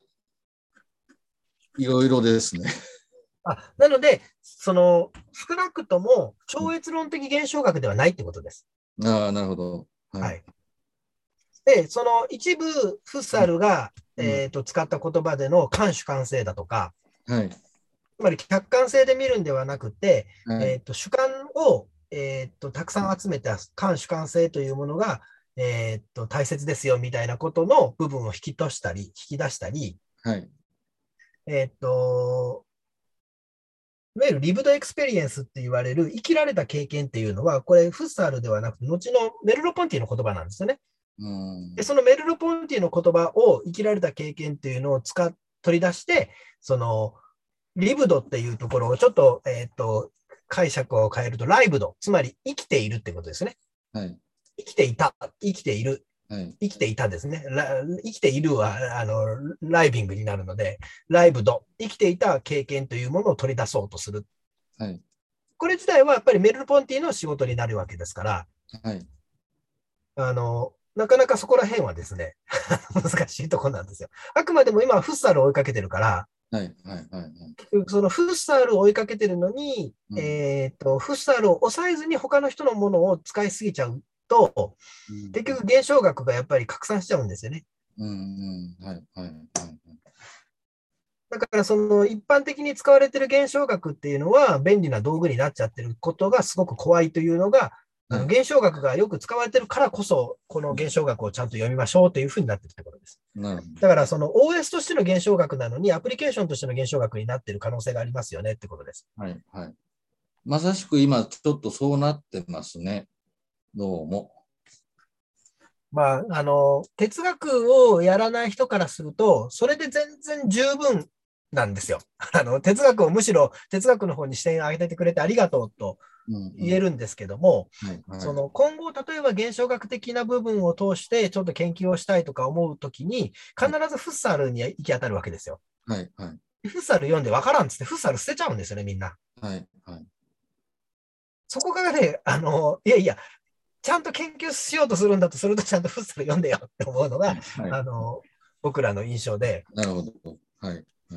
いろいろですね。 あなので、その少なくとも超越論的現象学ではないってことです。 ああ、なるほど。はい。 はい。で、その一部フッサルが、 うん、 えー、と使った言葉での感主観性だとか、 はい。 つまり客観性で見るんではなくて、 はい。 えー、と主観を、えー、とたくさん集めた感主観性というものが、えー、と大切ですよみたいなことの部分を引き出したり、引き出したり、 はい。 えー、といわゆるリブドエクスペリエンスって言われる生きられた経験っていうのは、これフッサールではなくて、後のメルロポンティの言葉なんですよね。 うん。 で、そのメルロポンティの言葉を生きられた経験っていうのを使っ取り出して、そのリブドっていうところをちょっと、えっと、解釈を変えると、ライブド、つまり生きているってことですね。 はい。 生きていた、生きている、 はい。 生きていたですね。生きているは、あの、ライビングになるので、ライブド、生きていた経験というものを取り出そうとする。 はい。 これ自体はやっぱりメルロポンティの仕事になるわけですから、 はい。 あの、なかなかそこら辺はですね、難しいところなんですよ。あくまでも今はフッサールを追いかけてるから、 はい。はい。はい。 そのフッサールを追いかけてるのに、 うん。 えっと、フッサールを抑えずに他の人のものを使いすぎちゃうと、 うん。 結局現象学がやっぱり拡散しちゃうんですよね。 うん。はい。はい。はい。 だからその一般的に使われてる現象学っていうのは便利な道具になっちゃってることがすごく怖いというのが、あのはい。 現象学がよく使われてるからこそ、この現象学をちゃんと読みましょうというふうになってるところです。 なるほだからその オーエス としての現象学なのにアプリケーションとしての現象学になってる可能性がありますよねってことです。 ど。はい。はい。まさしく今ちょっとそうなってますね。どうも。 まあ、あの、哲学をやらない人からすると、それで全然十分なんですよ。あの、哲学をむしろ哲学の方に視点を上げてくれてありがとうとうんうん。 言えるんですけども、 はいはい。 その今後、例えば現象学的な部分を通してちょっと研究をしたいとか思うときに、必ずフッサールに行き当たるわけですよ。 はいはいフッサール読んでわからんっつってフッサール捨てちゃうんですよね、みんな。 はいはいそこがね、あの、いやいや、ちゃんと研究しようとするんだとすると、ちゃんとフッサル読んでよって思うのが、 はい。 あの、僕らの印象で、 なるほど。はいはい。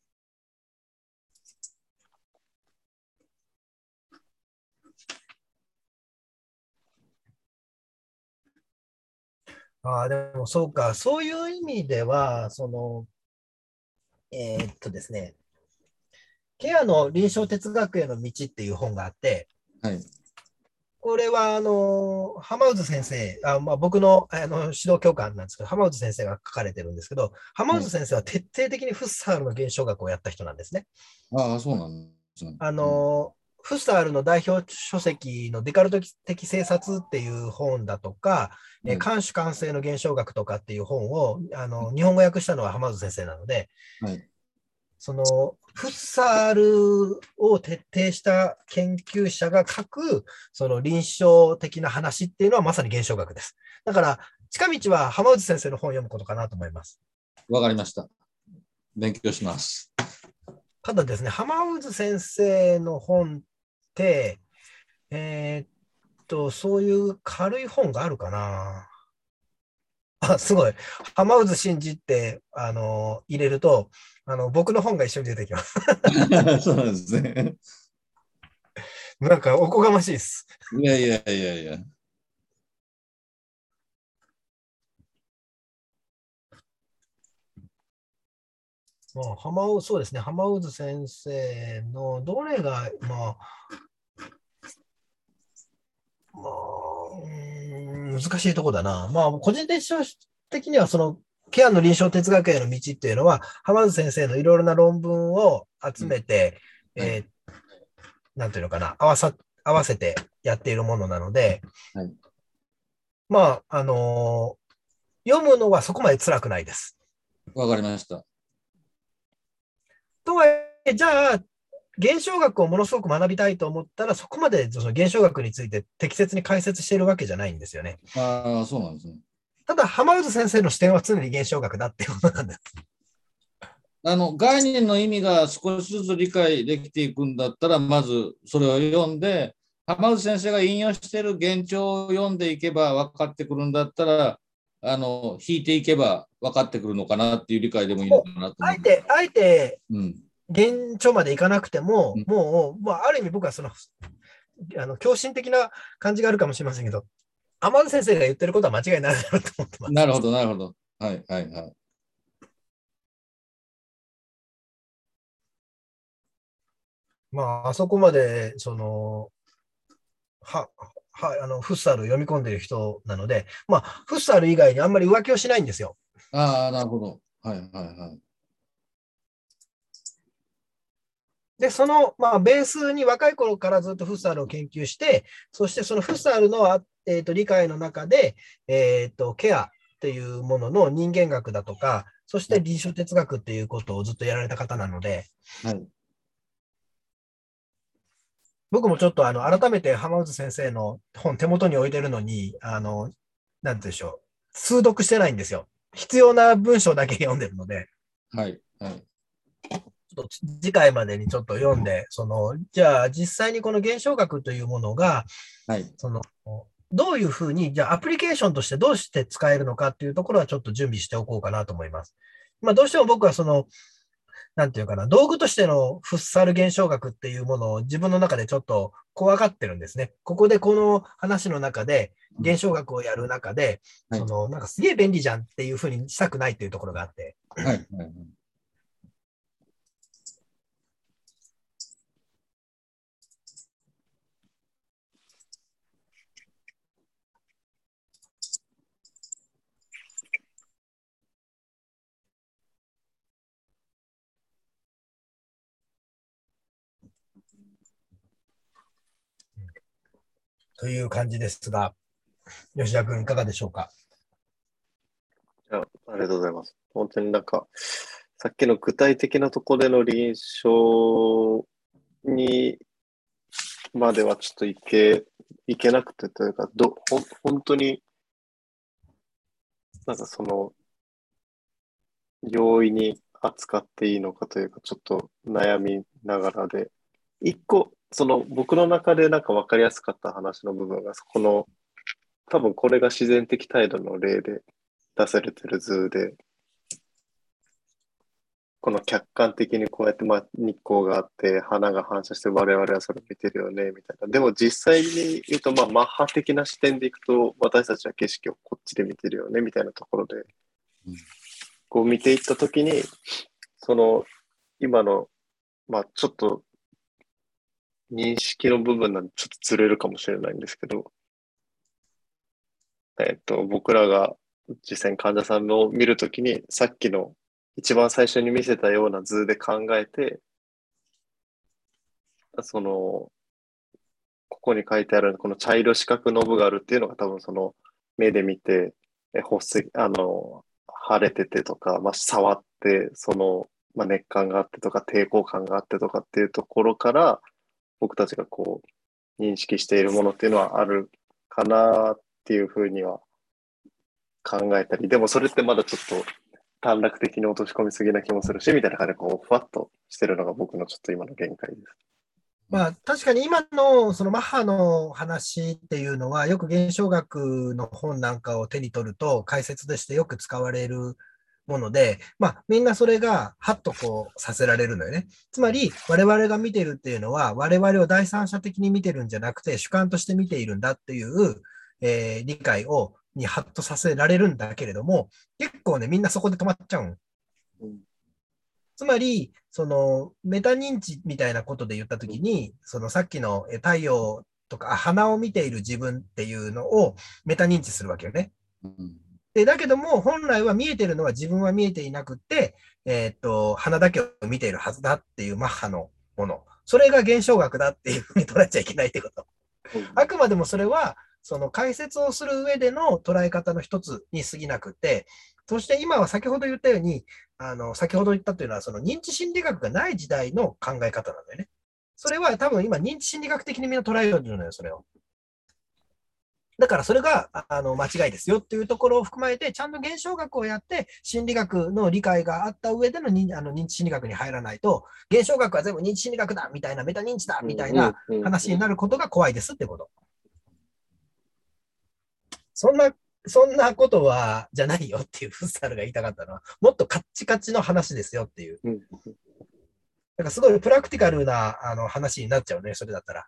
ああ、でもそうか、そういう意味では、その、えーっとですね、ケアの臨床哲学への道っていう本があって、 はい。 これは、あの、浜渦先生、あ、まあ、僕の、あの指導教官なんですけど、浜渦先生が書かれてるんですけど、浜渦はい。 先生は徹底的にフッサールの現象学をやった人なんですね。 ああ、そうなんですね。 あうん。 の、フッサールの代表書籍のデカルト的生殺っていう本だとか、えー、 はい。 慣習慣性の現象学とかっていう本をあの日本語訳したのは浜津先生なので、 はい。 そのフッサールを徹底した研究者が書くその臨床的な話っていうのはまさに現象学です。だから近道は浜内先生の本を読むことかなと思います。 わかりました。勉強します。 ただですね、浜内先生の本って、えーっと、そういう軽い本があるかな。あ、すごい。浜渦真司って、あの、入れると、あの、僕の本が一緒に出てきます。 そうなんですね。 なんか、おこがましいです。 いやいやいやいや。 まあ、浜渦、そうですね。浜渦先生の、どれが、まあ、まあ、うーん難しいとこだな。まあ、個人的には、その、ケアの臨床哲学への道っていうのは、浜渦先生のいろいろな論文を集めて、 はい。 えーなんていうのかな、合わさ、合わせてやっているものなので、 はい。 まあ、あのー読むのはそこまで辛くないです。 わかりました。 とはいえ、じゃあ、現象学をものすごく学びたいと思ったら、そこまでその現象学について適切に解説しているわけじゃないんですよね。 ああ、そうなんですね。 ただ、浜渦先生の視点は常に現象学だっていうことなんです。 あの概念の意味が少しずつ理解できていくんだったら、まずそれを読んで、浜内先生が引用している現状を読んでいけば分かってくるんだったら、あの引いていけば分かってくるのかなっていう理解でもいいのもう、 かなと思う。 あえて、あえて、 うん。 現状までいかなくても、 うん、 もう、まあ、ある意味僕はその、あの、狂信的な感じがあるかもしれませんけど、浜津先生が言ってることは間違いないだろうと思ってます。 なるほど、なるほど。はいはいはい。 まあ、あそこまで、その、は、は、あの、フッサルを読み込んでいる人なので、まあ、フッサル以外にあんまり浮気をしないんですよ。 ああ、なるほど。はいはいはい。 で、その、まあ、ベースに若い頃からずっとフッサルを研究して、そしてそのフッサルの、あえーと、理解の中で、えーと、ケアっていうものの人間学だとか、そして臨床哲学っていうことをずっとやられた方なので、 はい。 僕もちょっとあの改めて浜内先生の本手元に置いてるのに、あの、なんて言うんでしょう、通読してないんですよ。必要な文章だけ読んでるので、 はいはい。 ちょっと次回までにちょっと読んで、その、じゃあ実際にこの現象学というものが、 はい。 その、どういうふうに、じゃあアプリケーションとしてどうして使えるのかっていうところはちょっと準備しておこうかなと思います。まあどうしても僕はその、なんていうかな、道具としてのフッサル現象学っていうものを自分の中でちょっと怖がってるんですね。ここでこの話の中で、 うん、 現象学をやる中で、 はい。 その、なんかすげえ便利じゃんっていうふうにしたくないっていうところがあって。 はいはい。 という感じですが、吉田君いかがでしょうか。 いや、ありがとうございます。本当になんか、さっきの具体的なところでの臨床にまではちょっといけ、いけなくてというか、ど、ほん、本当になんかその、容易に扱っていいのかというか、ちょっと悩みながらで、一個、その僕の中でなんか分かりやすかった話の部分が、そこの、多分これが自然的態度の例で出されてる図で、この客観的にこうやってまあ日光があって、花が反射して我々はそれを見てるよね、みたいな。でも実際に言うと、まあ、マッハ的な視点でいくと、私たちは景色をこっちで見てるよね、みたいなところで、 うんこう見ていったときに、その、今の、まあ、ちょっと認識の部分なんでちょっとずれるかもしれないんですけど、えっと、僕らが実際に患者さんのを見るときに、さっきの一番最初に見せたような図で考えて、その、ここに書いてあるこの茶色四角ノブがあるっていうのが多分その目で見て、え発石、あの、腫れててとか、まあ、触って、その、まあ、熱感があってとか、抵抗感があってとかっていうところから、僕たちがこう、認識しているものっていうのはあるかなっていうふうには考えたり、でもそれってまだちょっと短絡的に落とし込みすぎな気もするし、みたいな感じでこう、ふわっとしてるのが僕のちょっと今の限界です。 まあ、確かに今のそのマッハの話っていうのは、よく現象学の本なんかを手に取ると、解説としてよく使われるもので、まあ、みんなそれがハッとこうさせられるのよね。つまり、我々が見てるっていうのは、我々を第三者的に見てるんじゃなくて、主観として見ているんだっていう、えー理解をにハッとさせられるんだけれども、結構ね、みんなそこで止まっちゃうん。 うんつまり、そのメタ認知みたいなことで言ったときに、そのさっきのえ太陽とか、あ花を見ている自分っていうのをメタ認知するわけよね。 うんで、だけども、本来は見えてるのは自分は見えていなくって、えーっと、花だけを見ているはずだっていうマッハのもの。それが現象学だっていうふうに捉えちゃいけないってこと。あくまでもそれは、その解説をする上での捉え方の一つに過ぎなくて、そして今は先ほど言ったように、あの、先ほど言ったというのは、その認知心理学がない時代の考え方なんだよね。それは多分今認知心理学的にみんな捉えようというのよ、それを。だからそれがあの間違いですよっていうところを含まれて、ちゃんと現象学をやって、心理学の理解があった上での認あの認知心理学に入らないと、現象学は全部認知心理学だみたいな、メタ認知だみたいな話になることが怖いですってこと。そんな、そんなことは、じゃないよっていうフッサルが言いたかったのは、もっとカッチカチの話ですよっていう。 うんなんかすごいプラクティカルなあの話になっちゃうね、それだったら。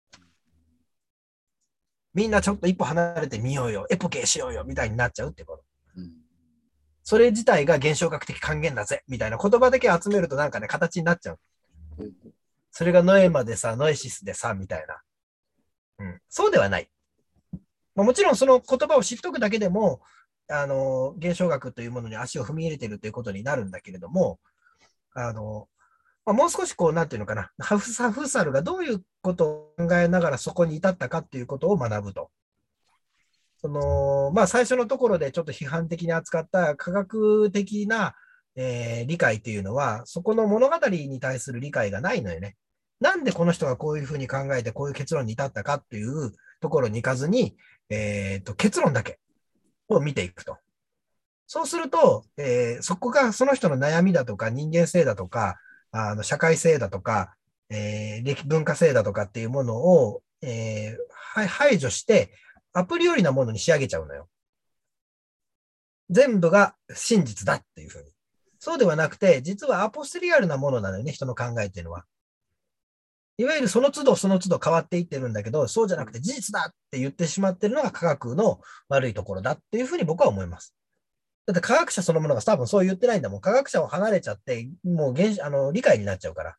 みんなちょっと一歩離れてみようよ、エポケーしようよ、みたいになっちゃうってこと。 うんそれ自体が現象学的還元だぜ、みたいな言葉だけ集めるとなんかね、形になっちゃう。 うんそれがノエマでさ、ノエシスでさ、みたいな。うん、そうではない。まあ、もちろんその言葉を知っとくだけでも、あの、現象学というものに足を踏み入れているということになるんだけれども、あの、まあ、もう少しこう、なんていうのかな、ハフサフサルがどういうことを考えながらそこに至ったかっていうことを学ぶと。その、まあ、最初のところでちょっと批判的に扱った科学的な、えー理解っていうのは、そこの物語に対する理解がないのよね。なんでこの人がこういうふうに考えてこういう結論に至ったかっていうところに行かずに、えーと、結論だけを見ていくと。そうすると、えーそこがその人の悩みだとか人間性だとか、あの社会性だとか、えー歴文化性だとかっていうものを、えーはい排除して、アプリよりなものに仕上げちゃうのよ。全部が真実だっていうふうに。そうではなくて、実はアポステリアルなものなのよね、人の考えっていうのは。いわゆるその都度その都度変わっていってるんだけど、そうじゃなくて事実だって言ってしまってるのが科学の悪いところだっていうふうに僕は思います。だって科学者そのものが多分そう言ってないんだもん。科学者を離れちゃって、もう現あの理解になっちゃうから。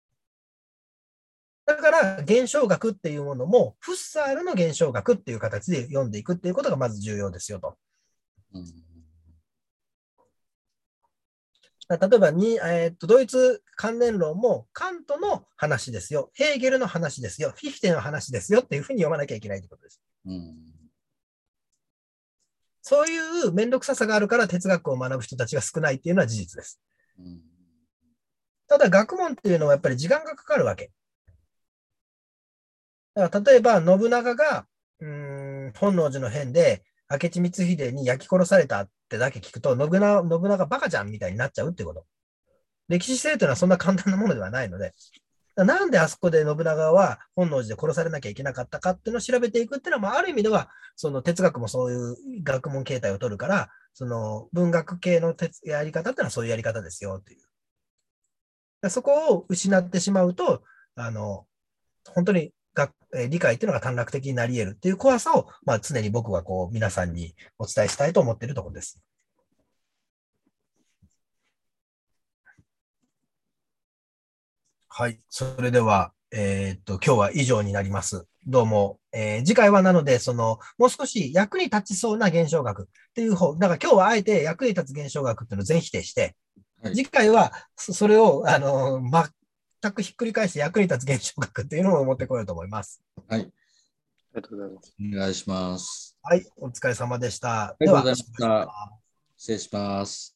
だから現象学っていうものも、フッサールの現象学っていう形で読んでいくっていうことがまず重要ですよと。 うん例えばに、えーっと、ドイツ関連論もカントの話ですよ。ヘーゲルの話ですよ。フィヒテの話ですよっていうふうに読まなきゃいけないということです。 うんそういう面倒くささがあるから哲学を学ぶ人たちが少ないっていうのは事実です。 うん。 ただ学問っていうのはやっぱり時間がかかるわけ。だから例えば信長がうーん本能寺の変で明智光秀に焼き殺されたってだけ聞くと信長、信長バカじゃんみたいになっちゃうってこと。歴史性というのはそんな簡単なものではないので、なんであそこで信長は本能寺で殺されなきゃいけなかったかっていうのを調べていくっていうのは、まあ、ある意味では、その哲学もそういう学問形態を取るから、その文学系のやり方っていうのはそういうやり方ですよという。そこを失ってしまうと、あの、本当に学理解っていうのが短絡的になり得るっていう怖さを、まあ、常に僕はこう皆さんにお伝えしたいと思っているところです。はい。それでは、えーっと、今日は以上になります。どうも。えー次回はなので、その、もう少し役に立ちそうな現象学っていう方、だから今日はあえて役に立つ現象学っていうのを全否定して、 はい。 次回はそそれを、あの、全くひっくり返して役に立つ現象学っていうのを持ってこようと思います。 はい。 ありがとうございます。 お願いします。 はい。お疲れ様でした。では、 ありがとうございました。失礼します。